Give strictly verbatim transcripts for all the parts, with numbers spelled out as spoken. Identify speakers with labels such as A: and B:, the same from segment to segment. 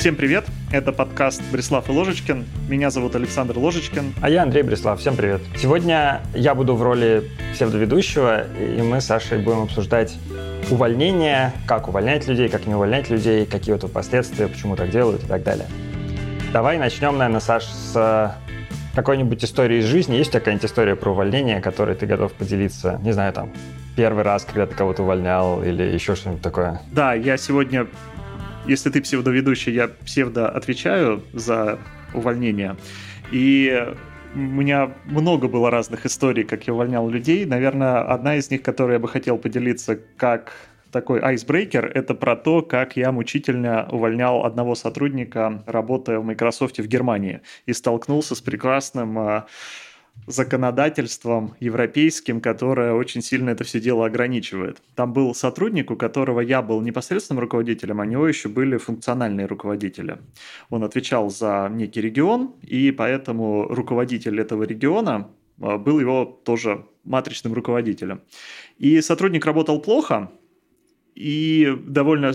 A: Всем привет, это подкаст «Брислав и Ложечкин». Меня зовут Александр Ложечкин.
B: А я Андрей Брислав. Всем привет. Сегодня я буду в роли псевдоведущего, и мы с Сашей будем обсуждать увольнение, как увольнять людей, как не увольнять людей, какие вот последствия, почему так делают и так далее. Давай начнем, наверное, Саш, с какой-нибудь истории из жизни. Есть какая-нибудь история про увольнение, которой ты готов поделиться? Не знаю, там, первый раз, когда ты кого-то увольнял или еще что-нибудь такое?
A: Да, я сегодня... Если ты псевдоведущий, я псевдо-отвечаю за увольнение. И у меня много было разных историй, как я увольнял людей. Наверное, одна из них, которой я бы хотел поделиться как такой айсбрейкер, это про то, как я мучительно увольнял одного сотрудника, работая в Microsoft в Германии, и столкнулся с прекрасным законодательством европейским, которое очень сильно это все дело ограничивает. Там был сотрудник, у которого я был непосредственным руководителем, а у него еще были функциональные руководители. Он отвечал за некий регион, и поэтому руководитель этого региона был его тоже матричным руководителем. И сотрудник работал плохо, и довольно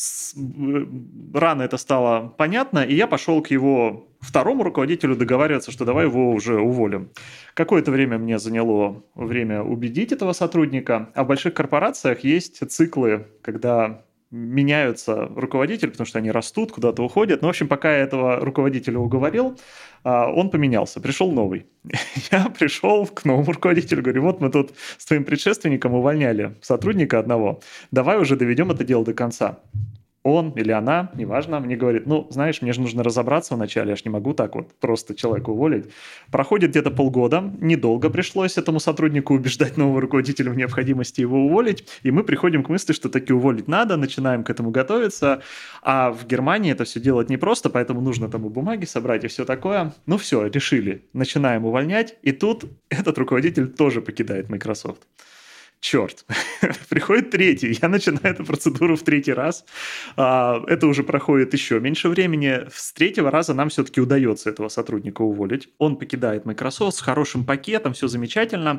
A: рано это стало понятно, и я пошел к его второму руководителю договариваться, что давай его уже уволим. Какое-то время мне заняло время убедить этого сотрудника, а в больших корпорациях есть циклы, когда меняются руководители, потому что они растут, куда-то уходят. Ну, в общем, пока я этого руководителя уговорил, он поменялся, пришел новый. Я пришел к новому руководителю, говорю, вот мы тут с твоим предшественником увольняли сотрудника одного, давай уже доведем это дело до конца. Он или она, неважно, мне говорит, ну, знаешь, мне же нужно разобраться вначале, я же не могу так вот просто человека уволить. Проходит где-то полгода, недолго пришлось этому сотруднику убеждать нового руководителя в необходимости его уволить, и мы приходим к мысли, что таки уволить надо, начинаем к этому готовиться, а в Германии это все делать непросто, поэтому нужно там и бумаги собрать и все такое. Ну все, решили, начинаем увольнять, и тут этот руководитель тоже покидает Microsoft. Черт, приходит третий, я начинаю эту процедуру в третий раз, это уже проходит еще меньше времени, с третьего раза нам все-таки удается этого сотрудника уволить, он покидает Microsoft с хорошим пакетом, все замечательно,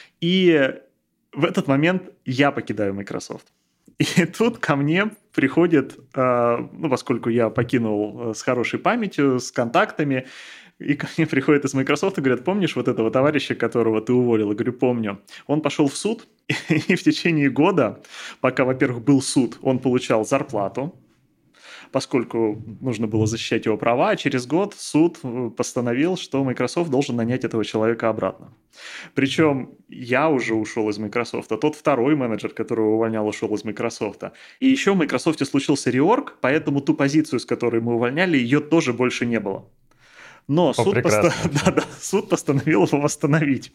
A: и в этот момент я покидаю Microsoft. И тут ко мне приходит, ну, поскольку я покинул с хорошей памятью, с контактами, и ко мне приходят из Microsoft и говорят, помнишь вот этого товарища, которого ты уволил? Я говорю, помню. Он пошел в суд, и в течение года, пока, во-первых, был суд, он получал зарплату, поскольку нужно было защищать его права, а через год суд постановил, что Microsoft должен нанять этого человека обратно. Причем я уже ушел из Microsoft, а тот второй менеджер, которого увольнял, ушел из Microsoft. И еще в Microsoft случился реорг, поэтому ту позицию, с которой мы увольняли, ее тоже больше не было. Но О, суд, поста... да, да, суд постановил его восстановить.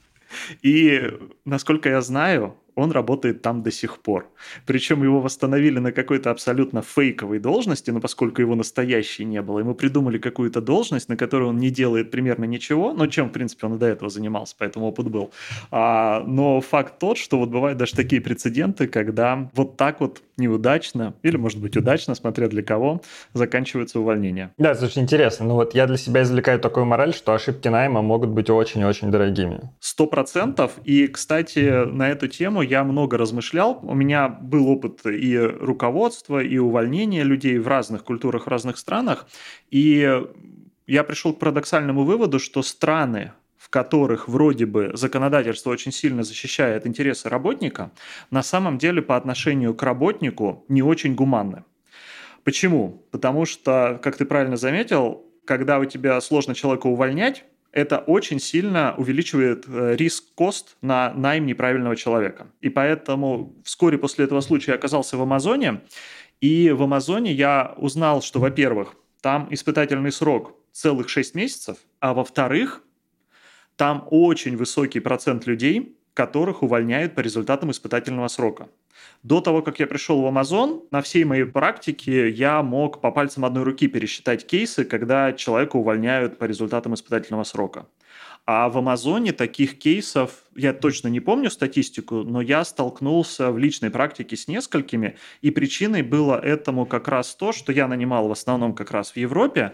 A: И, насколько я знаю, он работает там до сих пор. Причем его восстановили на какой-то абсолютно фейковой должности, но поскольку его настоящей не было, ему придумали какую-то должность, на которой он не делает примерно ничего, но чем, в принципе, он и до этого занимался, поэтому опыт был. А, но факт тот, что вот бывают даже такие прецеденты, когда вот так вот неудачно, или, может быть, удачно, смотря для кого, заканчивается увольнение.
B: Да, это очень интересно. Ну вот я для себя извлекаю такую мораль, что ошибки найма могут быть очень-очень дорогими.
A: Сто процентов. И, кстати, на эту тему я много размышлял. У меня был опыт и руководства, и увольнения людей в разных культурах, в разных странах. И я пришел к парадоксальному выводу, что страны, в которых вроде бы законодательство очень сильно защищает интересы работника, на самом деле по отношению к работнику не очень гуманны. Почему? Потому что, как ты правильно заметил, когда у тебя сложно человека увольнять, это очень сильно увеличивает риск-кост на найм неправильного человека. И поэтому вскоре после этого случая я оказался в Амазоне, и в Амазоне я узнал, что, во-первых, там испытательный срок целых шесть месяцев, а во-вторых, там очень высокий процент людей, которых увольняют по результатам испытательного срока. До того, как я пришел в Amazon, на всей моей практике я мог по пальцам одной руки пересчитать кейсы, когда человека увольняют по результатам испытательного срока. А в Амазоне таких кейсов, я точно не помню статистику, но я столкнулся в личной практике с несколькими, и причиной было этому как раз то, что я нанимал в основном как раз в Европе,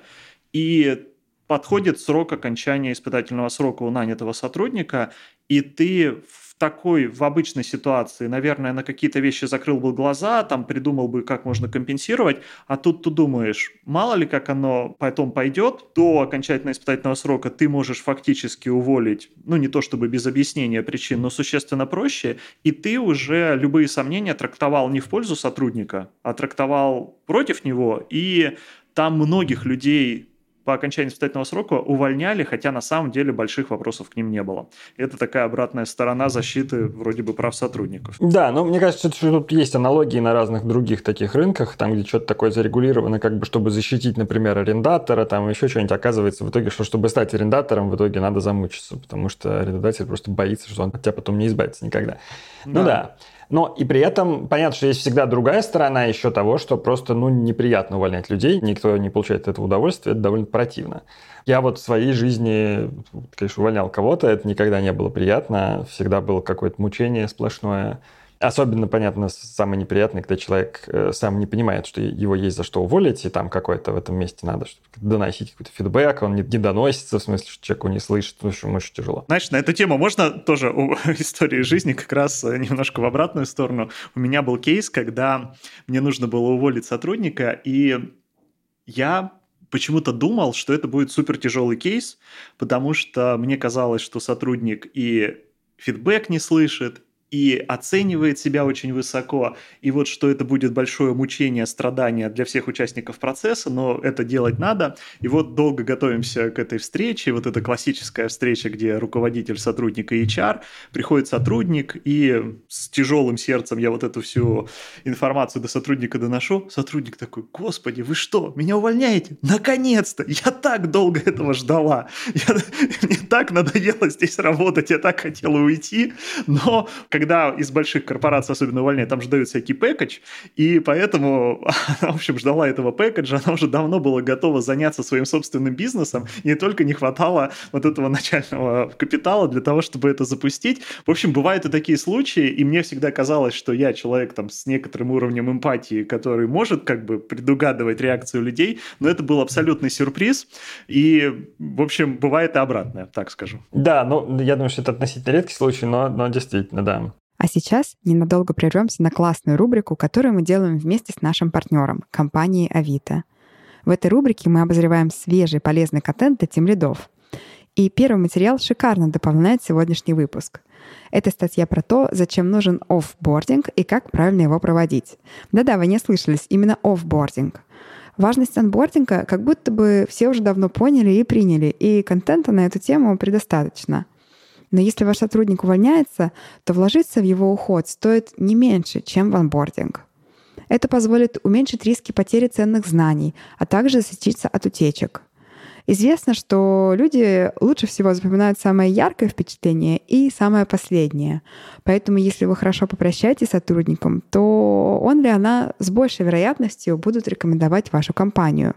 A: и подходит срок окончания испытательного срока у нанятого сотрудника, и ты в такой, в обычной ситуации, наверное, на какие-то вещи закрыл бы глаза, там придумал бы, как можно компенсировать, а тут ты думаешь, мало ли как оно потом пойдет, до окончательного испытательного срока ты можешь фактически уволить, ну не то чтобы без объяснения причин, но существенно проще, и ты уже любые сомнения трактовал не в пользу сотрудника, а трактовал против него, и там многих людей по окончании испытательного срока увольняли, хотя на самом деле больших вопросов к ним не было. Это такая обратная сторона защиты вроде бы прав сотрудников.
B: Да, но мне кажется, что тут есть аналогии на разных других таких рынках, там, где что-то такое зарегулировано, как бы, чтобы защитить, например, арендатора, там еще что-нибудь, оказывается в итоге, что чтобы стать арендатором, в итоге надо замучиться, потому что арендодатель просто боится, что он от тебя потом не избавится никогда. Да. Ну да. Но и при этом понятно, что есть всегда другая сторона еще того, что просто ну, неприятно увольнять людей, никто не получает от этого удовольствия, это довольно противно. Я вот в своей жизни, конечно, увольнял кого-то, это никогда не было приятно, всегда было какое-то мучение сплошное. Особенно, понятно, самое неприятное, когда человек э, сам не понимает, что его есть за что уволить, и там какой-то в этом месте надо доносить какой-то фидбэк, он не, не доносится, в смысле, что человек его не слышит, в общем, очень тяжело.
A: Знаешь, на эту тему можно тоже у истории жизни как раз немножко в обратную сторону. У меня был кейс, когда мне нужно было уволить сотрудника, и я почему-то думал, что это будет супер тяжелый кейс, потому что мне казалось, что сотрудник и фидбэк не слышит, и оценивает себя очень высоко, и вот что это будет большое мучение, страдание для всех участников процесса, но это делать надо, и вот долго готовимся к этой встрече, вот эта классическая встреча, где руководитель, сотрудник и эйч ар, приходит сотрудник, и с тяжелым сердцем я вот эту всю информацию до сотрудника доношу, сотрудник такой: господи, вы что, меня увольняете? Наконец-то! Я так долго этого ждала, я, мне так надоело здесь работать, я так хотела уйти, но когда из больших корпораций особенно увольняют, там же дают всякий пэкэдж, и поэтому она, в общем, ждала этого пэкэджа, она уже давно была готова заняться своим собственным бизнесом, и не только не хватало вот этого начального капитала для того, чтобы это запустить. В общем, бывают и такие случаи, и мне всегда казалось, что я человек там с некоторым уровнем эмпатии, который может как бы предугадывать реакцию людей, но это был абсолютный сюрприз, и, в общем, бывает и обратное, так скажу.
B: Да, ну, я думаю, что это относительно редкий случай, но, но действительно, да.
C: А сейчас ненадолго прервемся на классную рубрику, которую мы делаем вместе с нашим партнером, компанией Авито. В этой рубрике мы обозреваем свежий полезный контент для тимлидов. И первый материал шикарно дополняет сегодняшний выпуск. Это статья про то, зачем нужен офбординг и как правильно его проводить. Да-да, вы не ослышались, именно офбординг. Важность онбординга как будто бы все уже давно поняли и приняли, и контента на эту тему предостаточно. Но если ваш сотрудник увольняется, то вложиться в его уход стоит не меньше, чем в онбординг. Это позволит уменьшить риски потери ценных знаний, а также защититься от утечек. Известно, что люди лучше всего запоминают самое яркое впечатление и самое последнее. Поэтому если вы хорошо попрощаетесь с сотрудником, то он или она с большей вероятностью будут рекомендовать вашу компанию.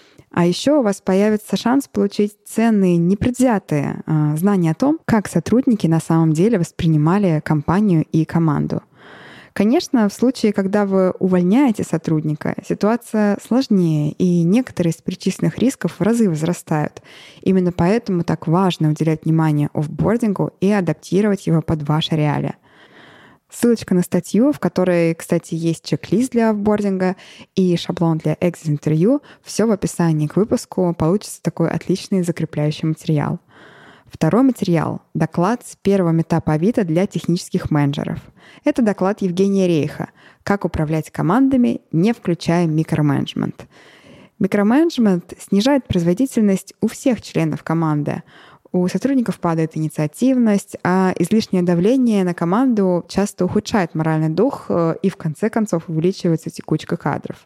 C: А еще у вас появится шанс получить ценные, непредвзятые э, знания о том, как сотрудники на самом деле воспринимали компанию и команду. Конечно, в случае, когда вы увольняете сотрудника, ситуация сложнее, и некоторые из перечисленных рисков в разы возрастают. Именно поэтому так важно уделять внимание офбордингу и адаптировать его под ваши реалии. Ссылочка на статью, в которой, кстати, есть чек-лист для офбординга и шаблон для экзит-интервью, все в описании к выпуску, получится такой отличный закрепляющий материал. Второй материал — доклад с первого этапа Авито для технических менеджеров. Это доклад Евгения Рейха «Как управлять командами, не включая микроменеджмент». Микроменеджмент снижает производительность у всех членов команды. У сотрудников падает инициативность, а излишнее давление на команду часто ухудшает моральный дух и в конце концов увеличивается текучка кадров.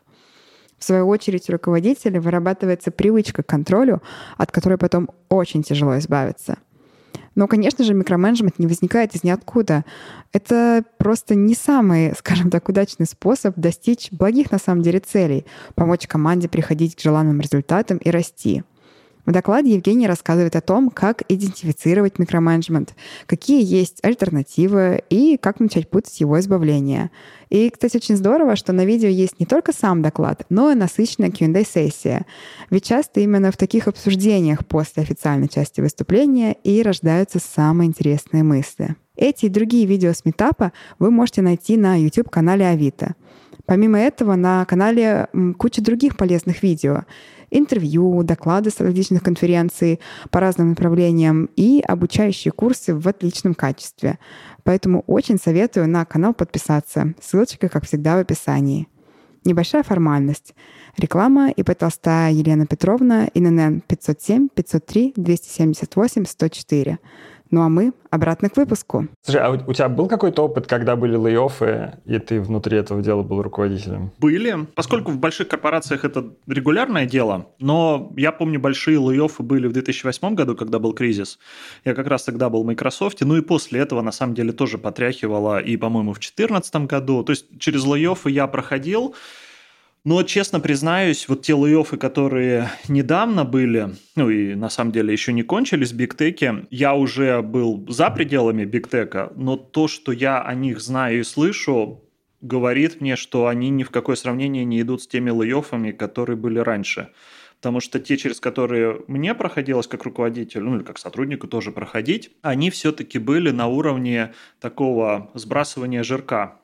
C: В свою очередь, у руководителя вырабатывается привычка к контролю, от которой потом очень тяжело избавиться. Но, конечно же, микроменеджмент не возникает из ниоткуда. Это просто не самый, скажем так, удачный способ достичь благих на самом деле целей, помочь команде приходить к желанным результатам и расти. В докладе Евгений рассказывает о том, как идентифицировать микроменеджмент, какие есть альтернативы и как начать путь с его избавления. И, кстати, очень здорово, что на видео есть не только сам доклад, но и насыщенная кью энд эй-сессия. Ведь часто именно в таких обсуждениях после официальной части выступления и рождаются самые интересные мысли. Эти и другие видео с митапа вы можете найти на YouTube-канале Авито. Помимо этого, на канале куча других полезных видео. Интервью, доклады с различных конференций по разным направлениям и обучающие курсы в отличном качестве. Поэтому очень советую на канал подписаться. Ссылочка, как всегда, в описании. Небольшая формальность. Реклама ИП Толстая Елена Петровна, эн эн эн пятьсот семь пятьсот три двести семьдесят восемь сто четыре. Ну а мы обратно к выпуску.
B: Слушай, а у, у тебя был какой-то опыт, когда были лей-оффы, и ты внутри этого дела был руководителем?
A: Были. Поскольку в больших корпорациях это регулярное дело, но я помню, большие лей-оффы были в две тысячи восьмом году, когда был кризис. Я как раз тогда был в Microsoft, ну и после этого, на самом деле, тоже потряхивало, и, по-моему, в две тысячи четырнадцатом году. То есть через лей-оффы я проходил. Но, честно признаюсь, вот те лей-оффы, которые недавно были, ну и на самом деле еще не кончились в бигтеке, я уже был за пределами бигтека, но то, что я о них знаю и слышу, говорит мне, что они ни в какое сравнение не идут с теми лей-оффами, которые были раньше. Потому что те, через которые мне проходилось как руководителю, ну или как сотруднику тоже проходить, они все-таки были на уровне такого сбрасывания жирка,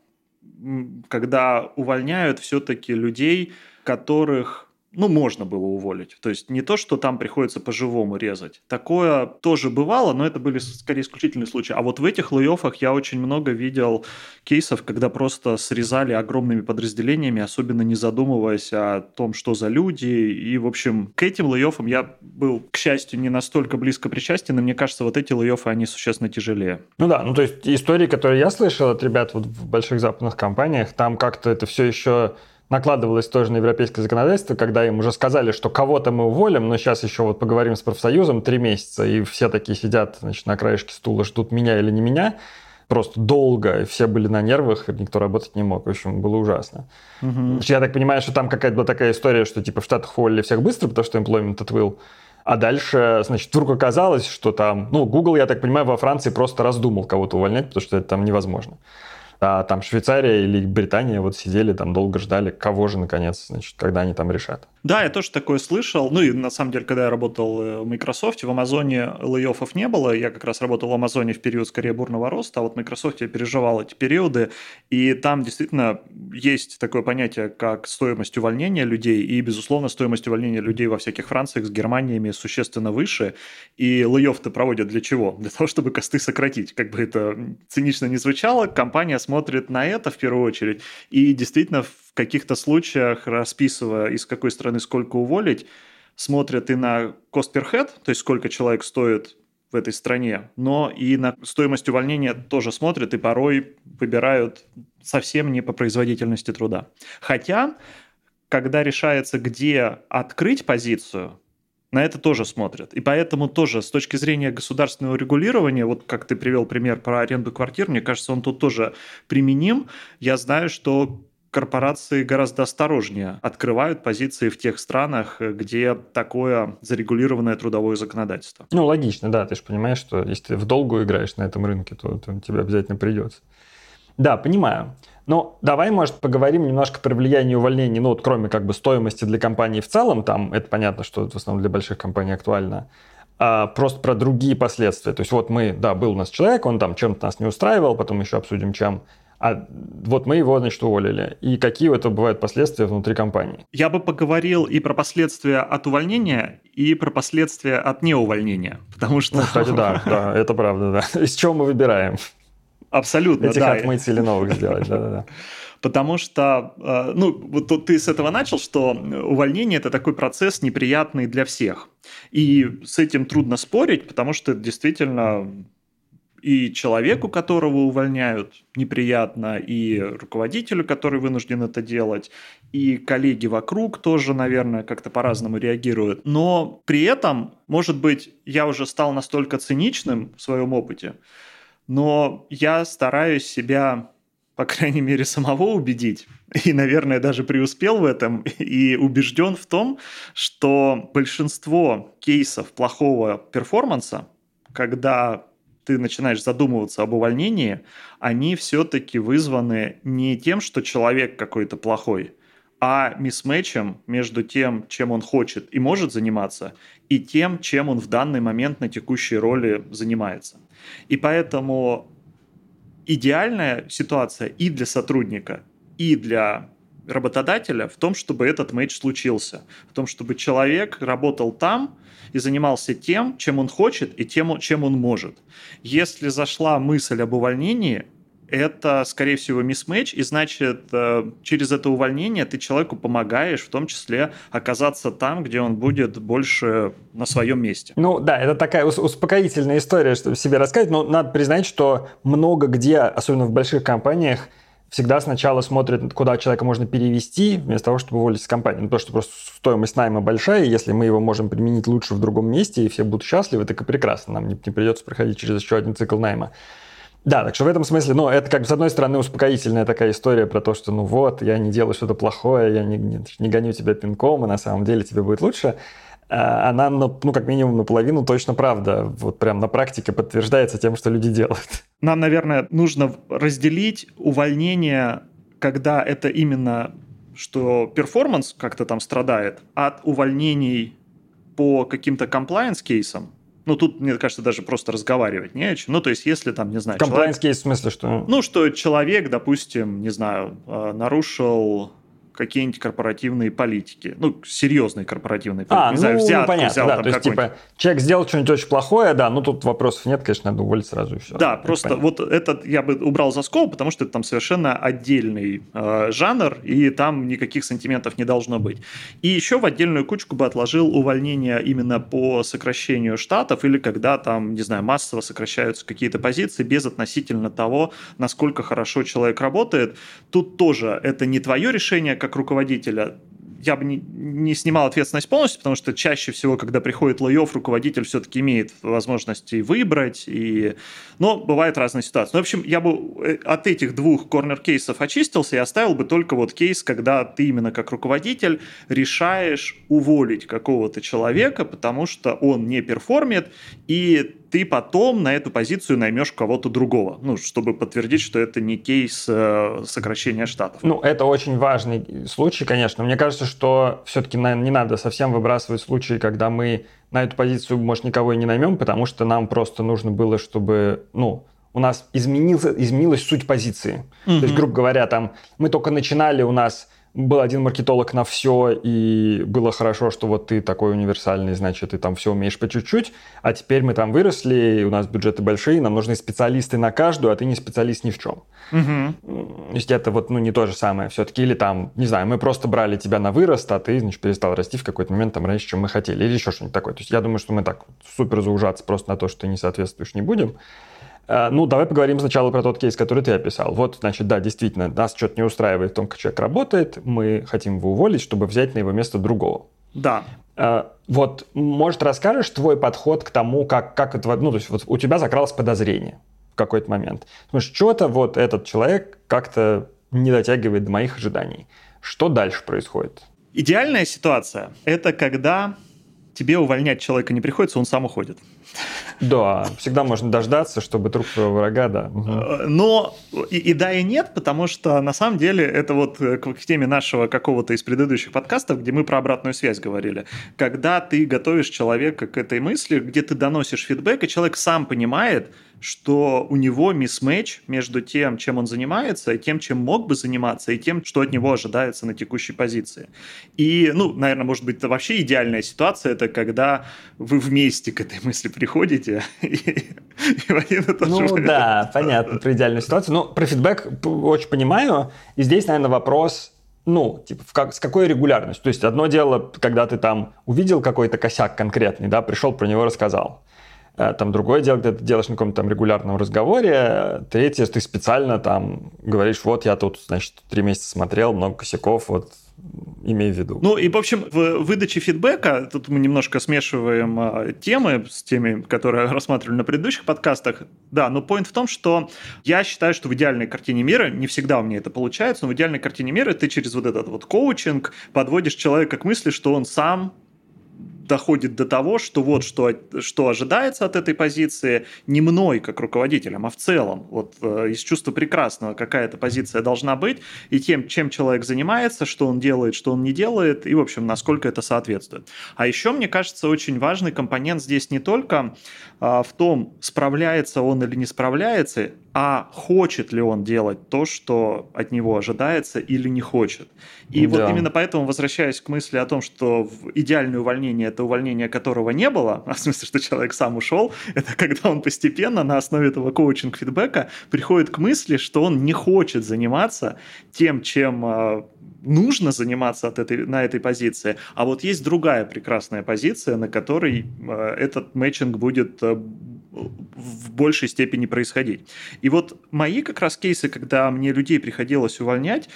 A: когда увольняют все-таки людей, которых, ну, можно было уволить. То есть не то, что там приходится по-живому резать. Такое тоже бывало, но это были скорее исключительные случаи. А вот в этих лей-оффах я очень много видел кейсов, когда просто срезали огромными подразделениями, особенно не задумываясь о том, что за люди. И, в общем, к этим лей-оффам я был, к счастью, не настолько близко причастен, и мне кажется, вот эти лей-оффы, они существенно тяжелее.
B: Ну да, ну то есть истории, которые я слышал от ребят вот в больших западных компаниях, там как-то это все еще накладывалось тоже на европейское законодательство, когда им уже сказали, что кого-то мы уволим, но сейчас еще вот поговорим с профсоюзом три месяца, и все такие сидят, значит, на краешке стула, ждут меня или не меня, просто долго, и все были на нервах, и никто работать не мог. В общем, было ужасно. Угу. Я так понимаю, что там какая-то была такая история, что типа в Штатах уволили всех быстро, потому что employment at will, а дальше, значит, вдруг оказалось, что там, ну, Google, я так понимаю, во Франции просто раздумал кого-то увольнять, потому что это там невозможно. А там Швейцария или Британия вот сидели, там долго ждали, кого же, наконец, значит, когда они там решат.
A: Да, я тоже такое слышал. Ну и на самом деле, когда я работал в Microsoft, в Амазоне лей-оффов не было. Я как раз работал в Амазоне в период скорее бурного роста, а вот в Microsoft я переживал эти периоды. И там действительно есть такое понятие, как стоимость увольнения людей. И, безусловно, стоимость увольнения людей во всяких Франциях с Германиями существенно выше. И лей-офф-то проводят для чего? Для того, чтобы косты сократить. Как бы это цинично не звучало, компания смотрит на это в первую очередь. И действительно, в каких-то случаях, расписывая, из какой страны сколько уволить, смотрят и на cost per head, то есть сколько человек стоит в этой стране, но и на стоимость увольнения тоже смотрят и порой выбирают совсем не по производительности труда. Хотя, когда решается, где открыть позицию, на это тоже смотрят. И поэтому тоже с точки зрения государственного регулирования, вот как ты привел пример про аренду квартир, мне кажется, он тут тоже применим. Я знаю, что корпорации гораздо осторожнее открывают позиции в тех странах, где такое зарегулированное трудовое законодательство.
B: Ну, логично, да. Ты же понимаешь, что если ты в долгую играешь на этом рынке, то, то тебе обязательно придется. Да, понимаю. Но давай, может, поговорим немножко про влияние увольнений, ну, вот кроме как бы стоимости для компании в целом, там это понятно, что это в основном для больших компаний актуально, а просто про другие последствия. То есть вот мы, да, был у нас человек, он там чем-то нас не устраивал, потом еще обсудим, чем. А вот мы его, значит, уволили. И какие у этого бывают последствия внутри компании?
A: Я бы поговорил и про последствия от увольнения, и про последствия от неувольнения. Потому что...
B: Ну, кстати, да, да, это правда, да. Из чего мы выбираем?
A: Абсолютно,
B: Этих
A: да.
B: отмыть или новых сделать, да-да-да.
A: Потому что, ну, вот ты с этого начал, что увольнение – это такой процесс неприятный для всех. И с этим трудно спорить, потому что действительно и человеку, которого увольняют, неприятно, и руководителю, который вынужден это делать, и коллеги вокруг тоже, наверное, как-то по-разному реагируют. Но при этом, может быть, я уже стал настолько циничным в своем опыте, но я стараюсь себя по крайней мере, самого убедить, и, наверное, даже преуспел в этом, и убежден в том, что большинство кейсов плохого перформанса, когда ты начинаешь задумываться об увольнении, они все-таки вызваны не тем, что человек какой-то плохой, а мисс-мэчем между тем, чем он хочет и может заниматься, и тем, чем он в данный момент на текущей роли занимается. И поэтому идеальная ситуация и для сотрудника, и для работодателя в том, чтобы этот матч случился, в том, чтобы человек работал там и занимался тем, чем он хочет, и тем, чем он может. Если зашла мысль об увольнении, это, скорее всего, мисс-мэч, и значит, через это увольнение ты человеку помогаешь, в том числе оказаться там, где он будет больше на своем месте.
B: Ну да, это такая успокоительная история, чтобы себе рассказать, но надо признать, что много где, особенно в больших компаниях, всегда сначала смотрят, куда человека можно перевести, вместо того, чтобы уволить из компании. Ну, потому что просто стоимость найма большая, и если мы его можем применить лучше в другом месте, и все будут счастливы, так и прекрасно. Нам не, не придется проходить через еще один цикл найма. Да, так что в этом смысле, ну, это как, с одной стороны, успокоительная такая история про то, что, ну вот, я не делаю что-то плохое, я не, не, не гоню тебя пинком, и на самом деле тебе будет лучше. А она, ну, ну, как минимум наполовину точно правда. Вот прям на практике подтверждается тем, что люди делают.
A: Нам, наверное, нужно разделить увольнение, когда это именно, что перформанс как-то там страдает, от увольнений по каким-то комплаенс-кейсам. Ну, тут, мне кажется, даже просто разговаривать не о чем. Ну, то есть, если там, не знаю...
B: Комплайенс-кейс в смысле, что...
A: Ну, что человек, допустим, не знаю, нарушил какие-нибудь корпоративные политики. Ну, серьезные корпоративные политики.
B: А,
A: не знаю,
B: ну,
A: взятку
B: понятно,
A: взял
B: да,
A: там
B: то есть, типа, человек сделал что-нибудь очень плохое, да, ну, тут вопросов нет, конечно, надо уволить сразу и все.
A: Да, просто понятно. Вот этот я бы убрал за скобу, потому что это там совершенно отдельный э, жанр, и там никаких сантиментов не должно быть. И еще в отдельную кучку бы отложил увольнение именно по сокращению штатов, или когда там, не знаю, массово сокращаются какие-то позиции без относительно того, насколько хорошо человек работает. Тут тоже это не твое решение как руководителя. Я бы не, не снимал ответственность полностью, потому что чаще всего, когда приходит лей-офф, руководитель все-таки имеет возможности выбрать, и... но бывают разные ситуации. Ну, в общем, я бы от этих двух корнер-кейсов очистился и оставил бы только вот кейс, когда ты именно как руководитель решаешь уволить какого-то человека, потому что он не перформит, и ты потом на эту позицию наймешь кого-то другого, ну, чтобы подтвердить, что это не кейс э, сокращения штатов.
B: Ну, это очень важный случай, конечно. Мне кажется, что все-таки, наверное, не надо совсем выбрасывать случаи, когда мы на эту позицию, может, никого и не наймем, потому что нам просто нужно было, чтобы, ну, у нас изменился, изменилась суть позиции. Mm-hmm. То есть, грубо говоря, там мы только начинали, у нас был один маркетолог на все, и было хорошо, что вот ты такой универсальный, значит, ты там все умеешь по чуть-чуть, а теперь мы там выросли, и у нас бюджеты большие, нам нужны специалисты на каждую, а ты не специалист ни в чем. Угу. То есть это вот, ну, не то же самое все-таки. Или там, не знаю, мы просто брали тебя на вырост, а ты, значит, перестал расти в какой-то момент там раньше, чем мы хотели, или еще что-нибудь такое. То есть я думаю, что мы так супер заужаться просто на то, что ты не соответствуешь, не будем. Ну, давай поговорим сначала про тот кейс, который ты описал. Вот, значит, да, действительно, нас что-то не устраивает в том, как человек работает, мы хотим его уволить, чтобы взять на его место другого.
A: Да.
B: Вот, может, расскажешь твой подход к тому, как, как это... Ну, то есть вот у тебя закралось подозрение в какой-то момент. Потому что что-то вот этот человек как-то не дотягивает до моих ожиданий. Что дальше происходит?
A: Идеальная ситуация – это когда тебе увольнять человека не приходится, он сам уходит.
B: Да, всегда можно дождаться, чтобы труп своего врага, да. Угу.
A: Но и, и да, и нет, потому что на самом деле это вот к, к теме нашего какого-то из предыдущих подкастов, где мы про обратную связь говорили. Когда ты готовишь человека к этой мысли, где ты доносишь фидбэк, и человек сам понимает, что у него мисс-мэч между тем, чем он занимается, и тем, чем мог бы заниматься, и тем, что от него ожидается на текущей позиции. И, ну, наверное, может быть, это вообще идеальная ситуация, это когда вы вместе к этой мысли приходите, и, и в один и тот же
B: Ну
A: момент.
B: Да, понятно, про идеальную ситуацию. Ну, про фидбэк очень понимаю. И здесь, наверное, вопрос, ну, типа, в как, с какой регулярностью. То есть одно дело, когда ты там увидел какой-то косяк конкретный, да, пришел, про него рассказал. Там другое дело, когда ты делаешь на каком-то там регулярном разговоре. Третье, ты специально там говоришь, вот я тут, значит, три месяца смотрел, много косяков, вот имей в виду.
A: Ну и, в общем, в выдаче фидбэка, тут мы немножко смешиваем а, темы с теми, которые рассматривали на предыдущих подкастах. Да, но поинт в том, что я считаю, что в идеальной картине мира, не всегда у меня это получается, но в идеальной картине мира ты через вот этот вот коучинг подводишь человека к мысли, что он сам доходит до того, что вот что, что ожидается от этой позиции не мной как руководителем, а в целом. Вот э, из чувства прекрасного какая-то позиция должна быть, и тем, чем человек занимается, что он делает, что он не делает, и, в общем, насколько это соответствует. А еще, мне кажется, очень важный компонент здесь не только э, в том, справляется он или не справляется, а хочет ли он делать то, что от него ожидается, или не хочет. И да. Вот именно поэтому, возвращаясь к мысли о том, что идеальное увольнение – это увольнение, которого не было, в смысле, что человек сам ушел, это когда он постепенно на основе этого коучинг-фидбэка приходит к мысли, что он не хочет заниматься тем, чем нужно заниматься от этой, на этой позиции, а вот есть другая прекрасная позиция, на которой этот мэтчинг будет в большей степени происходить. И вот мои как раз кейсы, когда мне людей приходилось увольнять,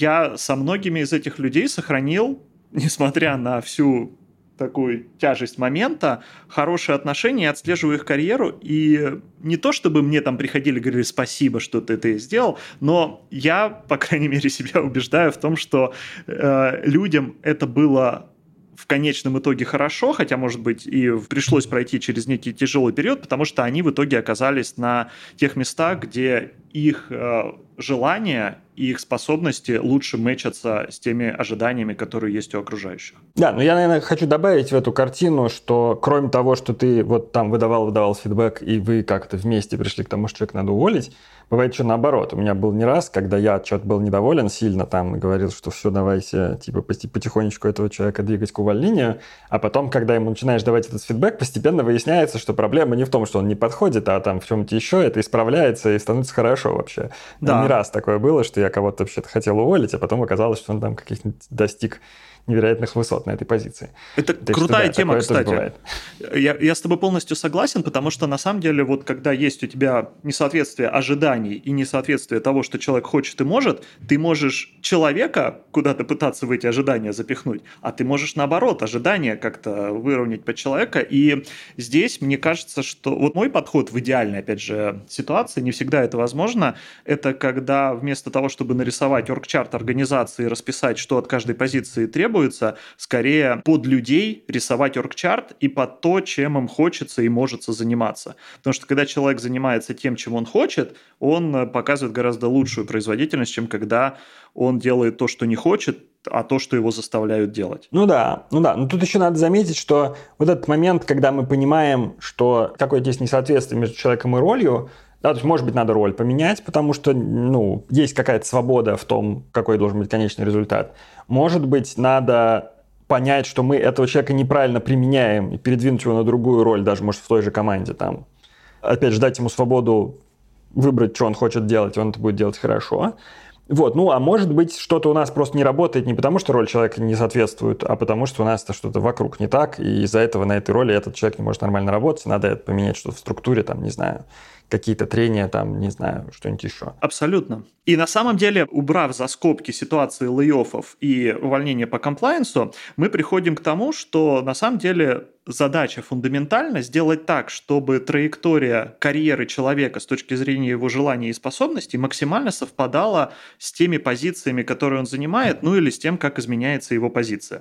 A: я со многими из этих людей сохранил, несмотря на всю такую тяжесть момента, хорошие отношения, отслеживаю их карьеру, и не то, чтобы мне там приходили и говорили спасибо, что ты это сделал, но я, по крайней мере, себя убеждаю в том, что э, людям это было в конечном итоге хорошо, хотя, может быть, и пришлось пройти через некий тяжелый период, потому что они в итоге оказались на тех местах, где их э, желания и их способности лучше мэчатся с теми ожиданиями, которые есть у окружающих.
B: Да, но я, наверное, хочу добавить в эту картину, что кроме того, что ты вот там выдавал-выдавал фидбэк, и вы как-то вместе пришли к тому, что человека надо уволить, бывает еще наоборот. У меня был не раз, когда я что-то был недоволен сильно, там, и говорил, что все, давайте, типа, потихонечку этого человека двигать к увольнению, а потом, когда ему начинаешь давать этот фидбэк, постепенно выясняется, что проблема не в том, что он не подходит, а там в чем-то еще, это исправляется и становится хорошо вообще. Да. Не раз такое было, что я кого-то вообще-то хотел уволить, а потом оказалось, что он там каких-то достиг невероятных высот на этой позиции.
A: Это так крутая что, да, тема, кстати. Я, я с тобой полностью согласен, потому что на самом деле вот когда есть у тебя несоответствие ожиданий и несоответствие того, что человек хочет и может, ты можешь человека куда-то пытаться в эти ожидания запихнуть, а ты можешь наоборот ожидания как-то выровнять под человека. И здесь мне кажется, что вот мой подход в идеальной, опять же, ситуации, не всегда это возможно, это когда вместо того, чтобы нарисовать оргчарт организации и расписать, что от каждой позиции требуется, скорее под людей рисовать оргчарт и под то, чем им хочется и может заниматься. Потому что когда человек занимается тем, чем он хочет, он показывает гораздо лучшую производительность, чем когда он делает то, что не хочет, а то, что его заставляют делать.
B: Ну да, ну да. Но тут еще надо заметить, что вот этот момент, когда мы понимаем, что какое-то есть несоответствие между человеком и ролью, да, то есть, может быть, надо роль поменять, потому что, ну, есть какая-то свобода в том, какой должен быть конечный результат. Может быть, надо понять, что мы этого человека неправильно применяем и передвинуть его на другую роль, даже, может, в той же команде. Там. Опять же, дать ему свободу выбрать, что он хочет делать, и он это будет делать хорошо. Вот, ну, а может быть, что-то у нас просто не работает не потому, что роль человека не соответствует, а потому, что у нас что-то вокруг не так, и из-за этого на этой роли этот человек не может нормально работать, надо поменять что-то в структуре, там, не знаю, какие-то трения, там, не знаю, что-нибудь еще.
A: Абсолютно. И на самом деле, убрав за скобки ситуации лей-оффов и увольнения по комплаенсу, мы приходим к тому, что на самом деле задача фундаментальна сделать так, чтобы траектория карьеры человека с точки зрения его желаний и способностей максимально совпадала с теми позициями, которые он занимает, ну или с тем, как изменяется его позиция.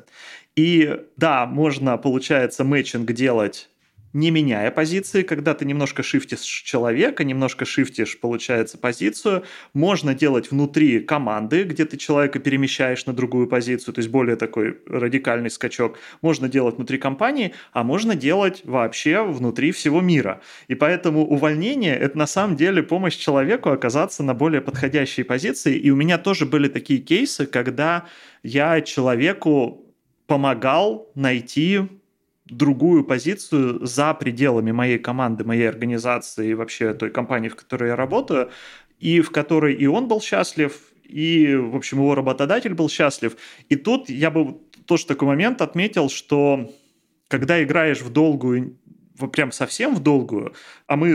A: И да, можно, получается, мэтчинг делать не меняя позиции, когда ты немножко шифтишь человека, немножко шифтишь, получается, позицию. Можно делать внутри команды, где ты человека перемещаешь на другую позицию, то есть более такой радикальный скачок. Можно делать внутри компании, а можно делать вообще внутри всего мира. И поэтому увольнение – это на самом деле помощь человеку оказаться на более подходящей позиции. И у меня тоже были такие кейсы, когда я человеку помогал найти другую позицию за пределами моей команды, моей организации и вообще той компании, в которой я работаю, и в которой и он был счастлив, и, в общем, его работодатель был счастлив. И тут я бы тоже такой момент отметил, что когда играешь в долгую, прям совсем в долгую, а мы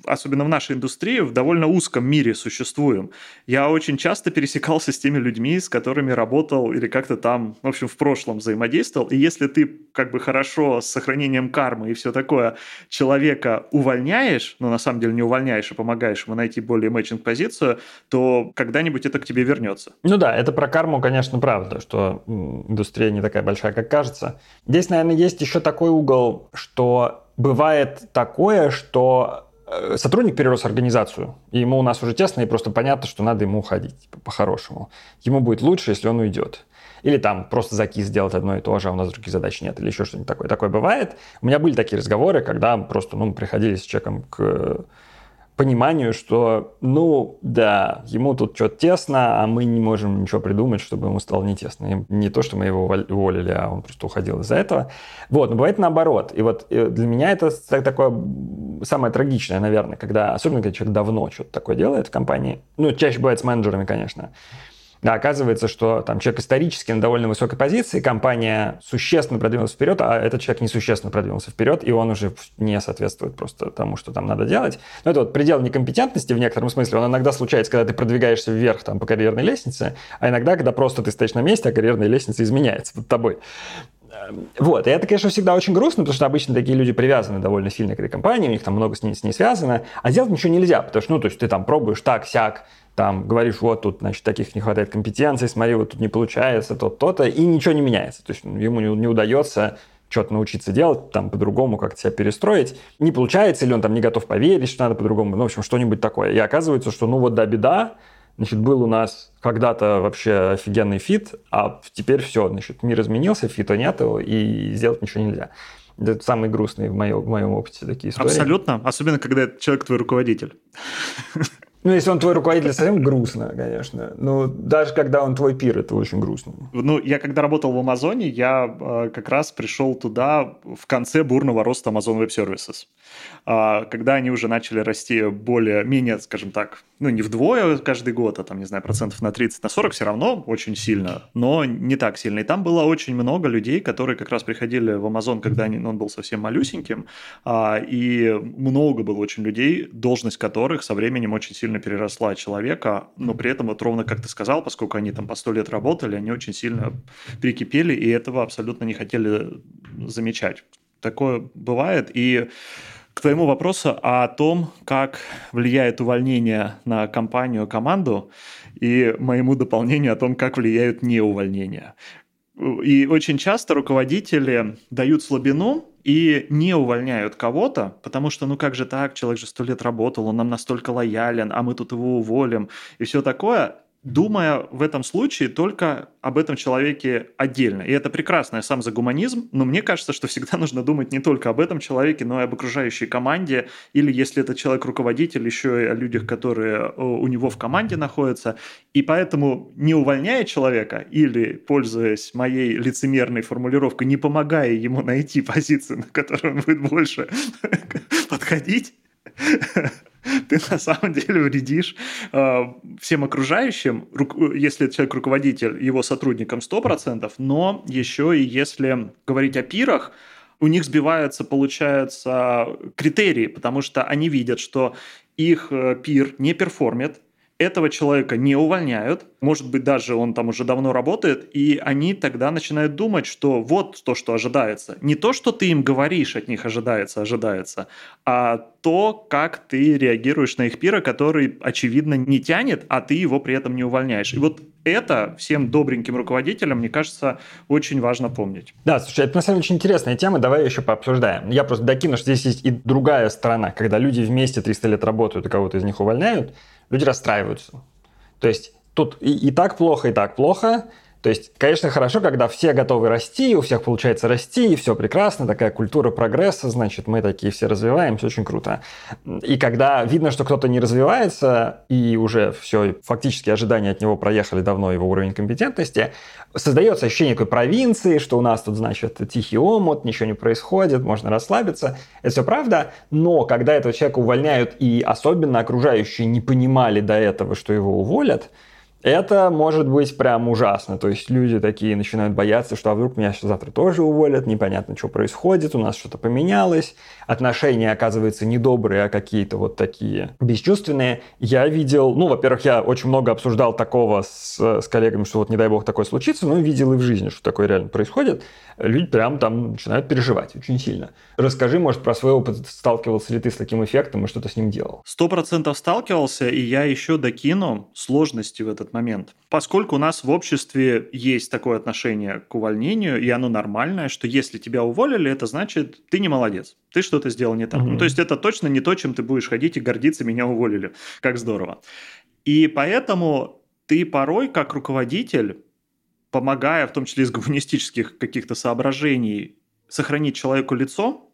A: особенно в нашей индустрии, в довольно узком мире существуем. Я очень часто пересекался с теми людьми, с которыми работал или как-то там, в общем, в прошлом взаимодействовал. И если ты как бы хорошо с сохранением кармы и все такое человека увольняешь, но на самом деле не увольняешь, а помогаешь ему найти более мэтчинг-позицию, то когда-нибудь это к тебе вернется.
B: Ну да, это про карму, конечно, правда, что индустрия не такая большая, как кажется. Здесь, наверное, есть еще такой угол, что бывает такое, что сотрудник перерос организацию, и ему у нас уже тесно, и просто понятно, что надо ему уходить типа, по-хорошему. Ему будет лучше, если он уйдет. Или там просто закис сделать одно и то же, а у нас других задач нет, или еще что-нибудь такое. Такое бывает. У меня были такие разговоры, когда просто ну, мы приходили с человеком к пониманию, что, ну, да, ему тут что-то тесно, а мы не можем ничего придумать, чтобы ему стало не тесно. И не то, что мы его уволили, а он просто уходил из-за этого. Вот, но бывает наоборот. И вот для меня это такое самое трагичное, наверное, когда, особенно когда человек давно что-то такое делает в компании, ну, чаще бывает с менеджерами, конечно. Да, оказывается, что там человек исторически на довольно высокой позиции, компания существенно продвинулась вперед, а этот человек несущественно продвинулся вперед, и он уже не соответствует просто тому, что там надо делать. Но это вот предел некомпетентности в некотором смысле. Он иногда случается, когда ты продвигаешься вверх там, по карьерной лестнице, а иногда, когда просто ты стоишь на месте, а карьерная лестница изменяется под тобой. Вот, и это, конечно, всегда очень грустно, потому что обычно такие люди привязаны довольно сильно к этой компании, у них там много с ней, с ней связано, а сделать ничего нельзя, потому что, ну, то есть ты там пробуешь так, сяк, там говоришь, вот тут, значит, таких не хватает компетенций, смотри, вот тут не получается, то-то, то-то, и ничего не меняется, то есть ему не, не удается что-то научиться делать, там, по-другому как-то себя перестроить, не получается, или он там не готов поверить, что надо по-другому, ну, в общем, что-нибудь такое, и оказывается, что, ну, вот да, беда. Значит, был у нас когда-то вообще офигенный фит, а теперь все, значит, мир изменился, фита нету, и сделать ничего нельзя. Это самый грустный в моем, в моем опыте такие истории.
A: Абсолютно, особенно когда человек твой руководитель.
B: Ну, если он твой руководитель, совсем грустно, конечно. Но даже когда он твой пир, это очень грустно.
A: Ну, я когда работал в Амазоне, я э, как раз пришел туда в конце бурного роста Amazon Web Services. Э, когда они уже начали расти более-менее, скажем так, ну, не вдвое каждый год, а там, не знаю, процентов на тридцать, на сорок все равно очень сильно, но не так сильно. И там было очень много людей, которые как раз приходили в Amazon, когда они, ну, он был совсем малюсеньким, э, и много было очень людей, должность которых со временем очень сильно переросла человека, но при этом, вот ровно как ты сказал, поскольку они там по сто лет работали, они очень сильно прикипели, и этого абсолютно не хотели замечать. Такое бывает. И к твоему вопросу о том, как влияет увольнение на компанию, команду, и моему дополнению о том, как влияют неувольнения. И очень часто руководители дают слабину и не увольняют кого-то, потому что, ну как же так, человек же сто лет работал, он нам настолько лоялен, а мы тут его уволим, и все такое, думая в этом случае только об этом человеке отдельно. И это прекрасно, я сам за гуманизм, но мне кажется, что всегда нужно думать не только об этом человеке, но и об окружающей команде, или если это человек-руководитель, еще и о людях, которые у него в команде находятся. И поэтому, не увольняя человека, или, пользуясь моей лицемерной формулировкой, не помогая ему найти позицию, на которую он будет больше подходить, ты на самом деле вредишь э, всем окружающим, ру- если человек руководитель, его сотрудникам сто процентов, но еще и если говорить о пирах, у них сбиваются, получается, критерии, потому что они видят, что их э, пир не перформит, этого человека не увольняют, может быть, даже он там уже давно работает, и они тогда начинают думать, что вот то, что ожидается. Не то, что ты им говоришь, от них ожидается, ожидается, а то, как ты реагируешь на их пира, который, очевидно, не тянет, а ты его при этом не увольняешь. И вот это всем добреньким руководителям, мне кажется, очень важно помнить.
B: Да, слушай, это на самом деле очень интересная тема, давай еще пообсуждаем. Я просто докину, что здесь есть и другая сторона, когда люди вместе триста лет работают и кого-то из них увольняют, люди расстраиваются. То есть тут и, и так плохо, и так плохо. То есть, конечно, хорошо, когда все готовы расти, у всех получается расти, и все прекрасно, такая культура прогресса, значит, мы такие все развиваемся, очень круто. И когда видно, что кто-то не развивается, и уже все, фактически ожидания от него проехали давно, его уровень компетентности, создается ощущение такой провинции, что у нас тут, значит, тихий омут, ничего не происходит, можно расслабиться. Это все правда, но когда этого человека увольняют, и особенно окружающие не понимали до этого, что его уволят, Это может быть прям ужасно. То есть люди такие начинают бояться, что а вдруг меня завтра тоже уволят, непонятно, что происходит, у нас что-то поменялось, отношения, оказывается, недобрые, а какие-то вот такие бесчувственные. Я видел, ну, во-первых, я очень много обсуждал такого с, с коллегами, что вот не дай бог такое случится, но видел и в жизни, что такое реально происходит. Люди прям там начинают переживать очень сильно. Расскажи, может, про свой опыт, сталкивался ли ты с таким эффектом и что ты с ним делал?
A: Сто процентов сталкивался, и я еще докину сложности в этот момент. Поскольку у нас в обществе есть такое отношение к увольнению, и оно нормальное, что если тебя уволили, это значит, ты не молодец, ты что-то сделал не так. Mm-hmm. Ну, то есть это точно не то, чем ты будешь ходить и гордиться, меня уволили. Как здорово. И поэтому ты порой, как руководитель, помогая, в том числе из гуманистических каких-то соображений, сохранить человеку лицо,